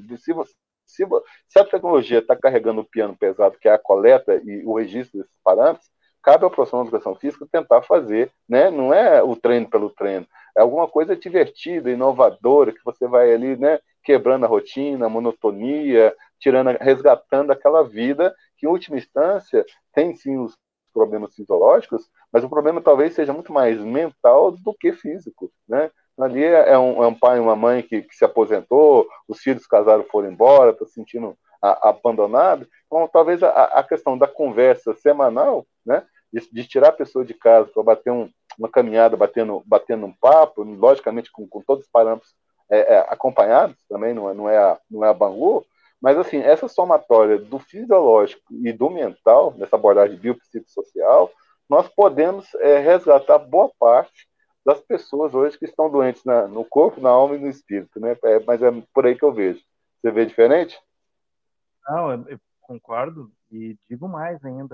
se a tecnologia está carregando o piano pesado, que é a coleta e o registro desses parâmetros, cabe ao profissional de educação física tentar fazer, né? Não é o treino pelo treino, é alguma coisa divertida, inovadora, que você vai ali, né? Quebrando a rotina, a monotonia, resgatando aquela vida que, em última instância, tem sim os problemas fisiológicos, mas o problema talvez seja muito mais mental do que físico, né? Ali é um pai e uma mãe que se aposentou, os filhos casaram foram embora, está se sentindo abandonado. Então, talvez a questão da conversa semanal, né? De tirar a pessoa de casa para bater uma caminhada, batendo um papo, logicamente com todos os parâmetros acompanhados, também não é a Bangu, mas assim, essa somatória do fisiológico e do mental, nessa abordagem biopsicossocial, nós podemos resgatar boa parte das pessoas hoje que estão doentes no corpo, na alma e no espírito, né? Mas é por aí que eu vejo. Você vê diferente? Não, eu concordo e digo mais ainda.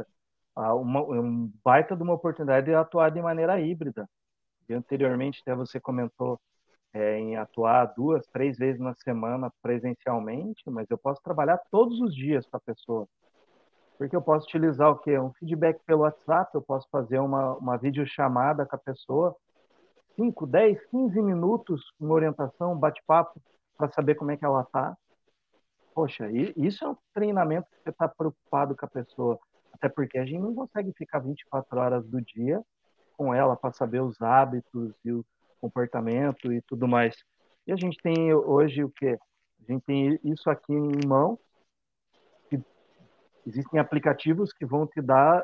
Um baita de uma oportunidade de atuar de maneira híbrida. E anteriormente, até você comentou em atuar 2, 3 vezes na semana presencialmente, mas eu posso trabalhar todos os dias com a pessoa. Porque eu posso utilizar o quê? Um feedback pelo WhatsApp, eu posso fazer uma videochamada com a pessoa, 5, 10, 15 minutos, uma orientação, um bate-papo, para saber como é que ela está. Poxa, isso é um treinamento que você está preocupado com a pessoa. Até porque a gente não consegue ficar 24 horas do dia com ela para saber os hábitos e o comportamento e tudo mais. E a gente tem hoje o quê? A gente tem isso aqui em mão, que existem aplicativos que vão te dar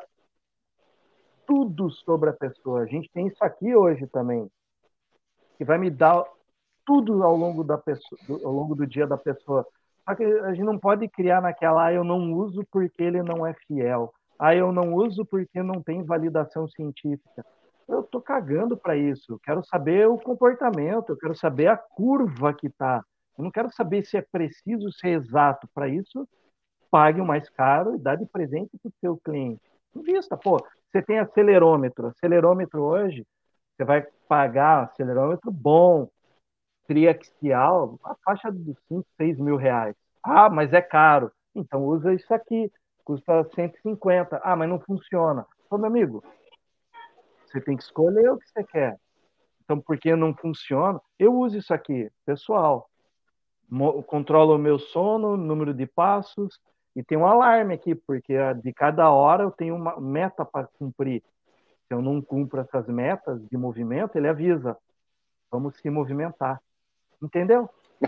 tudo sobre a pessoa. A gente tem isso aqui hoje também, que vai me dar tudo ao longo ao longo do dia da pessoa. Só que a gente não pode criar naquela, eu não uso porque ele não é fiel. Eu não uso porque não tem validação científica. Eu estou cagando para isso. Eu quero saber o comportamento, eu quero saber a curva que está. Eu não quero saber se é preciso, se é exato. Para isso, pague o mais caro e dá de presente para o seu cliente. Invista, pô. Você tem acelerômetro. Acelerômetro hoje, você vai pagar acelerômetro bom, triaxial, a faixa de 5, 6 mil reais. Mas é caro. Então usa isso aqui, custa 150. Mas não funciona. Meu amigo, você tem que escolher o que você quer. Então, por que não funciona? Eu uso isso aqui, pessoal. Controlo o meu sono, número de passos, e tem um alarme aqui, porque de cada hora eu tenho uma meta para cumprir. Se eu não cumpro essas metas de movimento, ele avisa, vamos se movimentar. Entendeu?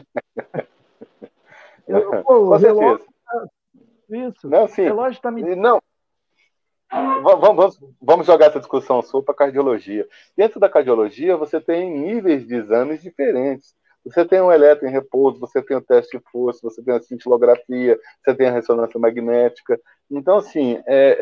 O Com relógio, certeza. isso, Não, o sim. relógio está me... Não, vamos jogar essa discussão sua para a cardiologia. Dentro da cardiologia, você tem níveis de exames diferentes. Você tem o eletro em repouso, você tem o teste de força, você tem a cintilografia, você tem a ressonância magnética. Então, assim,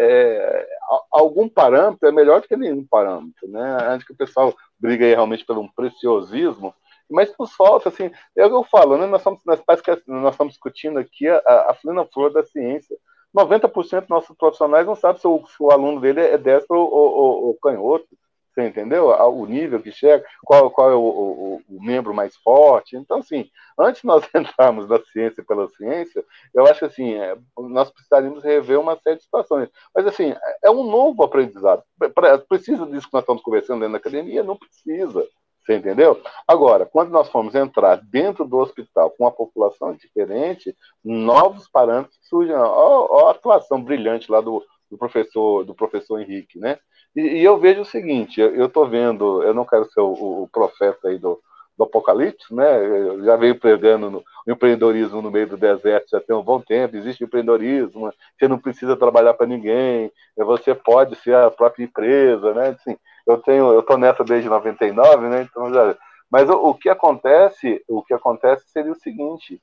algum parâmetro é melhor do que nenhum parâmetro, né? Antes que o pessoal briga aí realmente pelo um preciosismo, mas nos falta, assim, é o que eu falo, né? Nós estamos discutindo aqui a plena flor da ciência. 90% dos nossos profissionais não sabem se o aluno dele é destro ou canhoto. Você entendeu? O nível que chega, qual é o membro mais forte. Então, assim, antes de nós entrarmos na ciência pela ciência, eu acho que assim, nós precisaríamos rever uma série de situações. Mas, assim, é um novo aprendizado. Precisa disso que nós estamos conversando dentro da academia? Não precisa. Você entendeu? Agora, quando nós formos entrar dentro do hospital com uma população diferente, novos parâmetros surgem. Ó, a atuação brilhante lá do professor Henrique, né? E eu vejo o seguinte, eu estou vendo, eu não quero ser o profeta aí do Apocalipse, né? Eu já veio pregando o empreendedorismo no meio do deserto já tem um bom tempo, existe empreendedorismo, você não precisa trabalhar para ninguém, você pode ser a própria empresa, né? Assim, eu estou nessa desde 99, né? Então mas o que acontece seria o seguinte,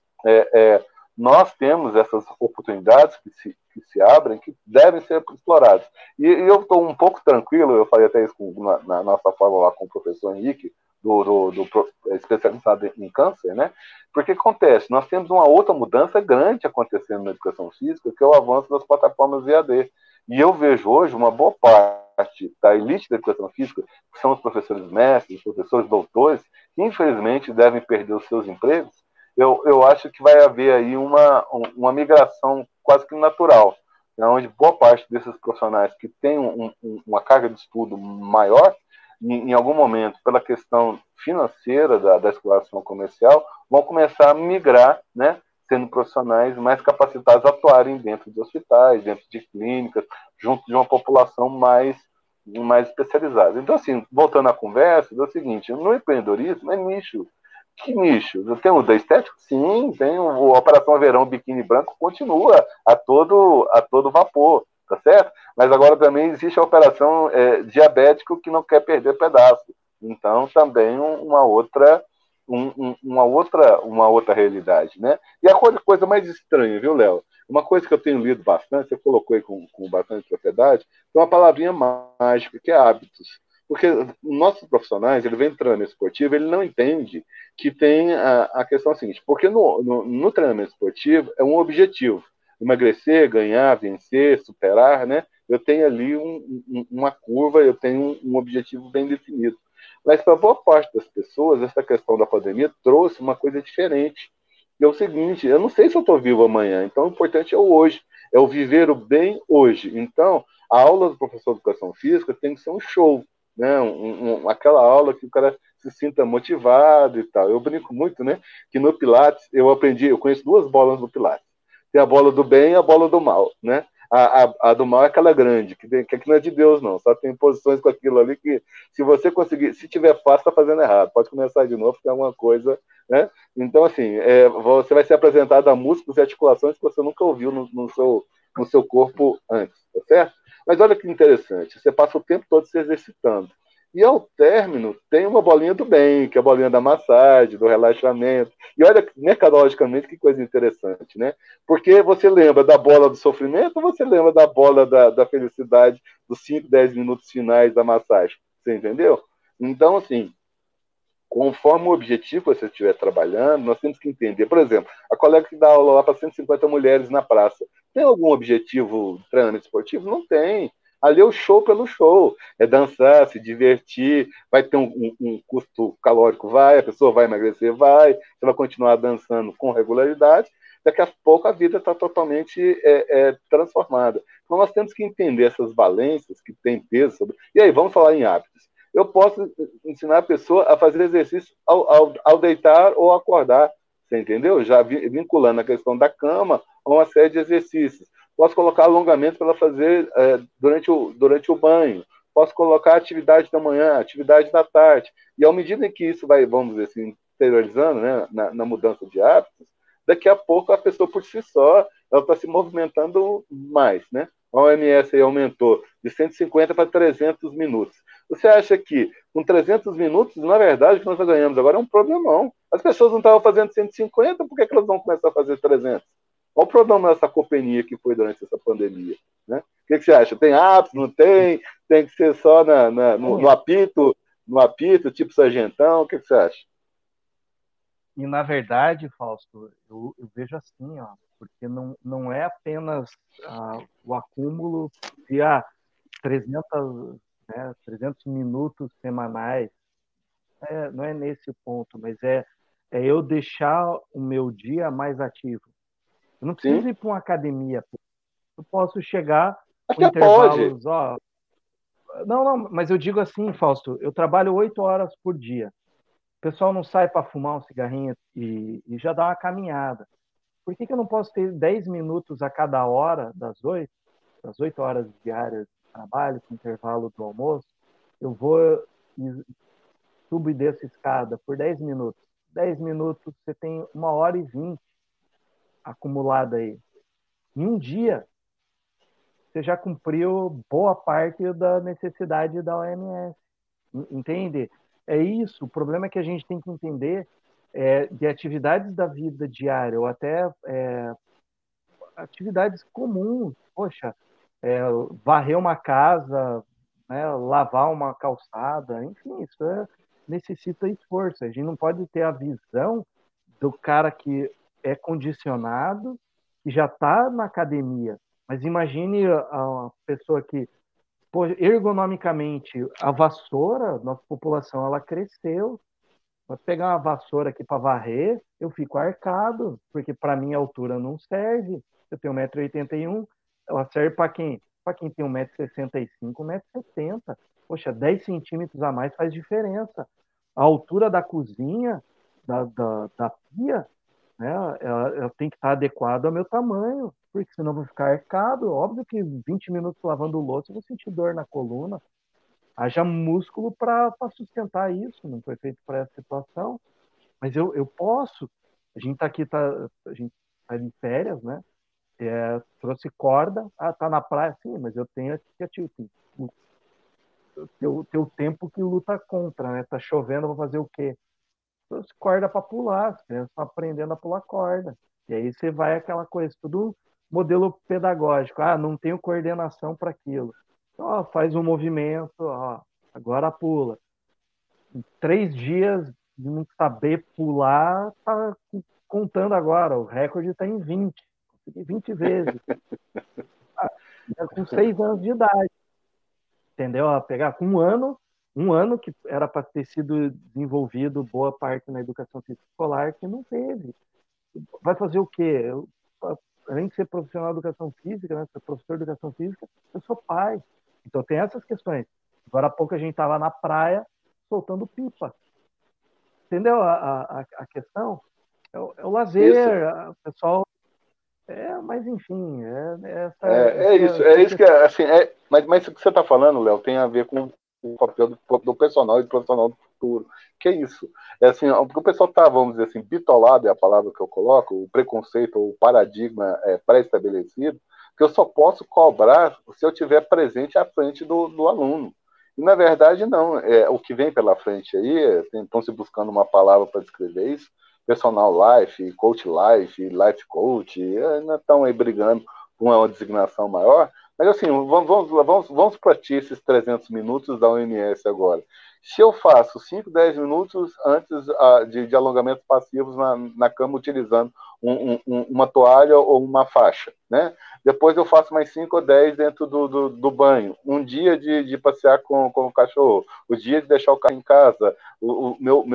nós temos essas oportunidades que se abrem, que devem ser exploradas. E eu estou um pouco tranquilo, eu falei até isso na nossa fala lá com o professor Henrique, especializado em câncer, né? Porque acontece, nós temos uma outra mudança grande acontecendo na educação física, que é o avanço das plataformas EAD. E eu vejo hoje uma boa parte da elite da educação física, que são os professores mestres, os professores doutores, que infelizmente devem perder os seus empregos. Eu acho que vai haver aí uma migração quase que natural, né, onde boa parte desses profissionais que têm uma carga de estudo maior, em algum momento, pela questão financeira da exploração comercial, vão começar a migrar, né, sendo profissionais mais capacitados a atuarem dentro de hospitais, dentro de clínicas, junto de uma população mais especializada. Então, assim, voltando à conversa, é o seguinte, no empreendedorismo é nicho. Que nicho? Tem o da estética? Sim, tem o Operação Verão Biquíni Branco, continua a todo vapor, tá certo? Mas agora também existe a Operação Diabético que não quer perder pedaço. Então, também uma outra realidade, né? E a coisa mais estranha, viu, Léo? Uma coisa que eu tenho lido bastante, você colocou aí com bastante propriedade, é uma palavrinha mágica, que é hábitos. Porque nossos profissionais, ele vem no treinamento esportivo, ele não entende que tem a questão seguinte, porque no treinamento esportivo é um objetivo, emagrecer, ganhar, vencer, superar, né? Eu tenho ali uma curva, eu tenho um objetivo bem definido. Mas para boa parte das pessoas, essa questão da pandemia trouxe uma coisa diferente. E é o seguinte, eu não sei se eu estou vivo amanhã, então o importante é o hoje, é o viver o bem hoje. Então, a aula do professor de educação física tem que ser um show, né? Aquela aula que o cara se sinta motivado e tal. Eu brinco muito, né? Que no Pilates eu conheço duas bolas no Pilates. Tem a bola do bem e a bola do mal, né? A do mal é aquela grande, que aqui não é de Deus, não. Só tem posições com aquilo ali que, se você conseguir, se tiver fácil, tá fazendo errado. Pode começar de novo, tem alguma coisa, né? Então, assim, você vai ser apresentado a músculos e articulações que você nunca ouviu no seu corpo antes, tá certo? Mas olha que interessante, você passa o tempo todo se exercitando. E ao término, tem uma bolinha do bem, que é a bolinha da massagem, do relaxamento. E olha, mercadologicamente, que coisa interessante, né? Porque você lembra da bola do sofrimento ou você lembra da bola da felicidade dos 5, 10 minutos finais da massagem? Você entendeu? Então, assim, conforme o objetivo que você estiver trabalhando, nós temos que entender. Por exemplo, a colega que dá aula lá para 150 mulheres na praça, tem algum objetivo de treinamento esportivo? Não tem. Ali é o show pelo show. É dançar, se divertir, vai ter um custo calórico, vai, a pessoa vai emagrecer, vai, você vai continuar dançando com regularidade, daqui a pouco a vida está totalmente transformada. Então nós temos que entender essas valências que têm peso sobre. E aí, vamos falar em hábitos. eu posso ensinar a pessoa a fazer exercício ao deitar ou acordar, você entendeu? Já vinculando a questão da cama a uma série de exercícios. Posso colocar alongamento para ela fazer durante o banho. Posso colocar atividade da manhã, atividade da tarde. E à medida que isso vai, vamos dizer assim, interiorizando, né, na mudança de hábitos, daqui a pouco a pessoa por si só ela está se movimentando mais, né? A OMS aí aumentou de 150 para 300 minutos. Você acha que com 300 minutos, na verdade, o que nós ganhamos agora é um problemão. As pessoas não estavam fazendo 150, por que elas vão começar a fazer 300? Qual o problema dessa companhia que foi durante essa pandemia? Né? O que você acha? Tem apto, não tem? Tem que ser só no apito, tipo sargentão? O que você acha? E, na verdade, Fausto, eu vejo assim, ó, porque não é apenas o acúmulo de 300, 300 minutos semanais, não é nesse ponto, mas é eu deixar o meu dia mais ativo. Eu não preciso Sim. ir para uma academia, eu posso chegar com Até pode. intervalos, não, mas eu digo assim, Fausto, eu trabalho 8 horas por dia. O pessoal não sai para fumar um cigarrinho e já dá uma caminhada. Por que eu não posso ter 10 minutos a cada hora das 8 horas diárias de trabalho, com intervalo do almoço? Eu vou e subo e desço escada por 10 minutos. 10 minutos, você tem 1h20 acumulada aí. Em um dia, você já cumpriu boa parte da necessidade da OMS. Entende? É isso. O problema é que a gente tem que entender de atividades da vida diária ou até atividades comuns. Poxa, varrer uma casa, né, lavar uma calçada, enfim, isso necessita esforço. A gente não pode ter a visão do cara que é condicionado, que já está na academia. Mas imagine a pessoa que, pô, ergonomicamente, a vassoura, nossa população, ela cresceu. Vou pegar uma vassoura aqui para varrer, eu fico arcado, porque para mim a altura não serve. Eu tenho 1,81 m, ela serve para quem? Para quem tem 1,65 m, 1,70 m. Poxa, 10 centímetros a mais faz diferença. A altura da cozinha, da pia, né, ela tem que estar adequada ao meu tamanho, porque senão eu vou ficar arcado. Óbvio que 20 minutos lavando louça eu vou sentir dor na coluna. Haja músculo para sustentar isso, não foi feito para essa situação. Mas eu posso. A gente está aqui, a gente está de férias, né? Trouxe corda, tá na praia, sim, mas eu tenho o tempo que luta contra, né? Tá chovendo, eu vou fazer o quê? Trouxe corda para pular, as crianças estão aprendendo a pular corda. E aí você vai aquela coisa, tudo modelo pedagógico. Não tenho coordenação para aquilo. Então, faz um movimento, agora pula. Em 3 dias de não saber pular, tá contando agora. O recorde está em 20. Consegui 20 vezes. Com 6 anos de idade. Entendeu? Pegar com um ano que era para ter sido desenvolvido boa parte na educação física escolar, que não teve. Vai fazer o quê? Além de ser profissional de educação física, né, ser professor de educação física, eu sou pai. Então tem essas questões. Agora há pouco a gente estava na praia soltando pipa. Entendeu a questão? É o lazer, o pessoal. Mas enfim, é isso que assim, mas o que você está falando, Léo, tem a ver com o papel do personal e do profissional do futuro. Que é isso? É assim, porque o pessoal está, vamos dizer assim, bitolado é a palavra que eu coloco, o preconceito ou o paradigma pré-estabelecido, que eu só posso cobrar se eu estiver presente à frente do aluno. E, na verdade, não. O que vem pela frente aí, estão se buscando uma palavra para descrever isso, personal life, life coach, ainda estão aí brigando por uma designação maior. Mas assim, vamos partir esses 300 minutos da OMS agora. Se eu faço 5, 10 minutos antes de alongamentos passivos na cama, utilizando uma toalha ou uma faixa, né? Depois eu faço mais 5 ou 10 dentro do banho. Um dia de passear com o cachorro, o dia de deixar o carro em casa, o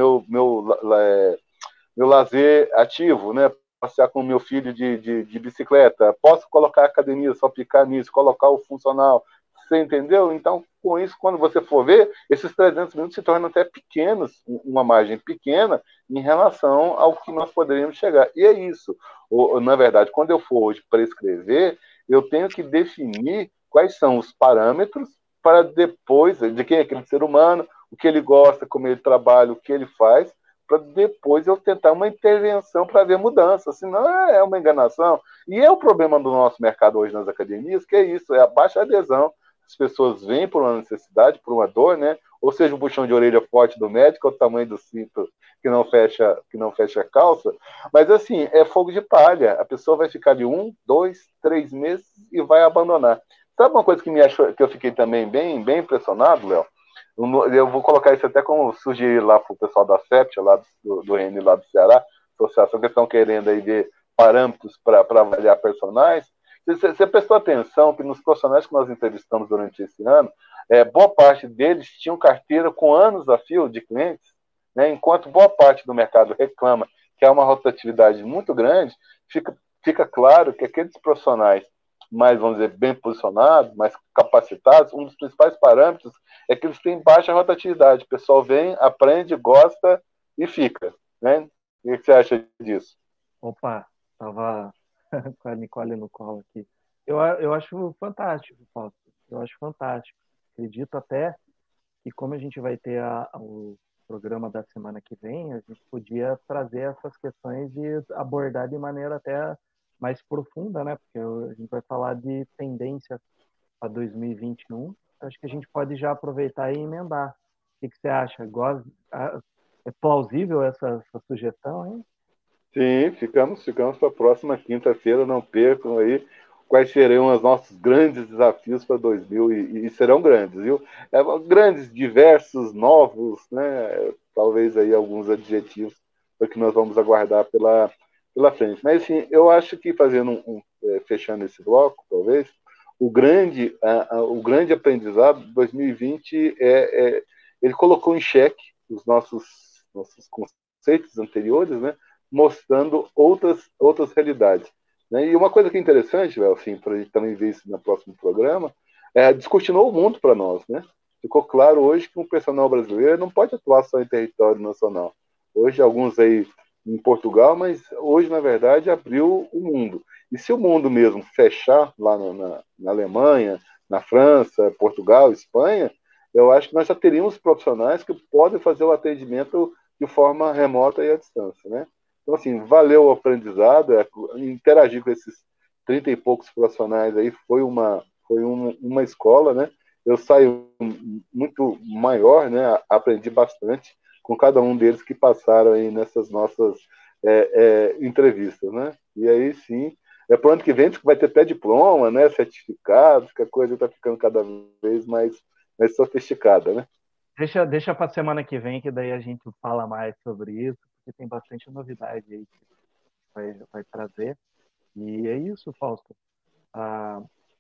meu lazer ativo, né? Passear com o meu filho de bicicleta. Posso colocar a academia, só picar nisso, colocar o funcional, Você entendeu? Então, com isso, quando você for ver, esses 300 minutos se tornam até pequenos, uma margem pequena em relação ao que nós poderíamos chegar. E é isso. Na verdade, quando eu for hoje prescrever, eu tenho que definir quais são os parâmetros para depois, de quem é aquele ser humano, o que ele gosta, como ele trabalha, o que ele faz, para depois eu tentar uma intervenção para ver mudança. Senão é uma enganação. E é o problema do nosso mercado hoje nas academias, que é isso, é a baixa adesão. As pessoas vêm por uma necessidade, por uma dor, né? Ou seja, um puxão de orelha forte do médico, ou o tamanho do cinto que não fecha a calça. Mas assim, é fogo de palha. A pessoa vai ficar de 1, 2, 3 meses e vai abandonar. Sabe uma coisa que me achou, que eu fiquei também bem impressionado, Léo? Eu vou colocar isso até como sugerir lá para o pessoal da CEPT, lá do RN lá do Ceará, associação que estão querendo aí ver parâmetros para avaliar personagens. Você prestou atenção que nos profissionais que nós entrevistamos durante esse ano, boa parte deles tinham carteira com anos a fio de clientes, né? Enquanto boa parte do mercado reclama que há uma rotatividade muito grande, fica claro que aqueles profissionais mais, vamos dizer, bem posicionados, mais capacitados, um dos principais parâmetros é que eles têm baixa rotatividade. O pessoal vem, aprende, gosta e fica. Né? O que você acha disso? Opa, estava com a Nicole no colo aqui. Eu acho fantástico, Fausto. Eu acho fantástico. Acredito até que como a gente vai ter o programa da semana que vem, a gente podia trazer essas questões e abordar de maneira até mais profunda, né? Porque a gente vai falar de tendência para 2021. Acho que a gente pode já aproveitar e emendar. O que você acha? É plausível essa sugestão, hein? Sim, ficamos para a próxima quinta-feira, não percam aí quais serão os nossos grandes desafios para 2000 e serão grandes, viu? Grandes, diversos, novos, né? Talvez aí alguns adjetivos para que nós vamos aguardar pela frente. Mas assim, eu acho que fechando esse bloco, talvez, o grande aprendizado de 2020 ele colocou em xeque os nossos conceitos anteriores, né? Mostrando outras realidades. Né? E uma coisa que é interessante, Léo, assim, para a gente também ver isso no próximo programa, descortinou o mundo para nós. Né? Ficou claro hoje que um personal brasileiro não pode atuar só em território nacional. Hoje, alguns aí em Portugal, mas hoje, na verdade, abriu o mundo. E se o mundo mesmo fechar lá na Alemanha, na França, Portugal, Espanha, eu acho que nós já teríamos profissionais que podem fazer o atendimento de forma remota e à distância. Né? Então, assim, valeu o aprendizado, interagir com esses 30 e poucos profissionais aí foi uma escola, né? Eu saio muito maior, né? Aprendi bastante com cada um deles que passaram aí nessas nossas entrevistas, né? E aí sim, para o ano que vem vai ter até diploma, né? Certificado, que a coisa está ficando cada vez mais sofisticada, né? Deixa para a semana que vem, que daí a gente fala mais sobre isso, porque tem bastante novidade aí que vai trazer. E é isso, Fausto. Ah,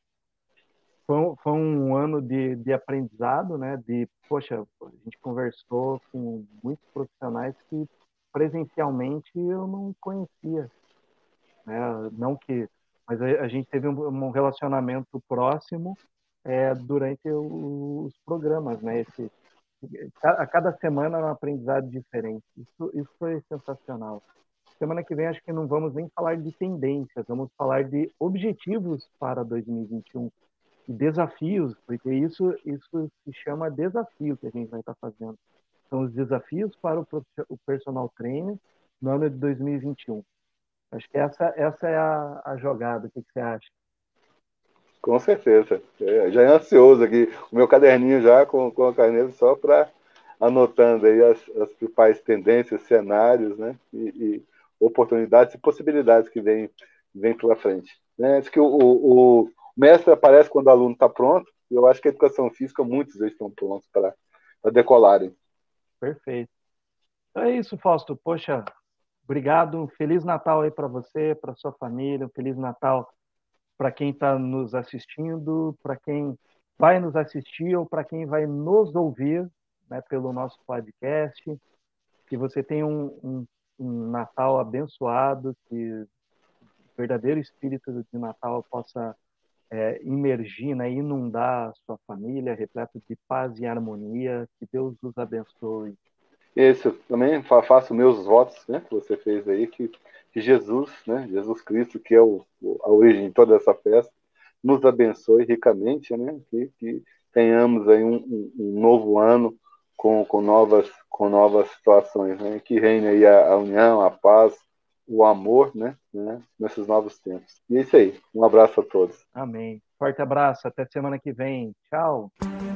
foi um ano de aprendizado, né? Poxa, a gente conversou com muitos profissionais que presencialmente eu não conhecia, né? Não que, mas a gente teve um relacionamento próximo durante os programas, né? A cada semana é um aprendizado diferente. Isso foi sensacional. Semana que vem acho que não vamos nem falar de tendências, vamos falar de objetivos para 2021 e desafios, porque isso se chama desafio que a gente vai estar fazendo. São os desafios para o personal trainer no ano de 2021. Acho que essa é a jogada. O que você acha? Com certeza. Já é ansioso aqui. O meu caderninho já com a caneta só para anotando aí as principais tendências, cenários, né? E oportunidades e possibilidades que vem pela frente. Né? Acho que o mestre aparece quando o aluno está pronto, e eu acho que a educação física, muitos deles estão prontos para decolarem. Perfeito. Então é isso, Fausto. Poxa, obrigado. Um Feliz Natal aí para você, para sua família. Um Feliz Natal para quem está nos assistindo, para quem vai nos assistir ou para quem vai nos ouvir, né, pelo nosso podcast. Que você tenha um Natal abençoado, que o verdadeiro espírito de Natal possa imergir, né, inundar a sua família, repleto de paz e harmonia. Que Deus os abençoe. Isso, também faço meus votos, né, que você fez aí, que Jesus, né, Jesus Cristo, que é a origem de toda essa festa, nos abençoe ricamente, né, que tenhamos aí um novo ano com novas situações, né, que reine aí a união, a paz, o amor, né, nesses novos tempos. E é isso aí. Um abraço a todos. Amém. Forte abraço. Até semana que vem. Tchau.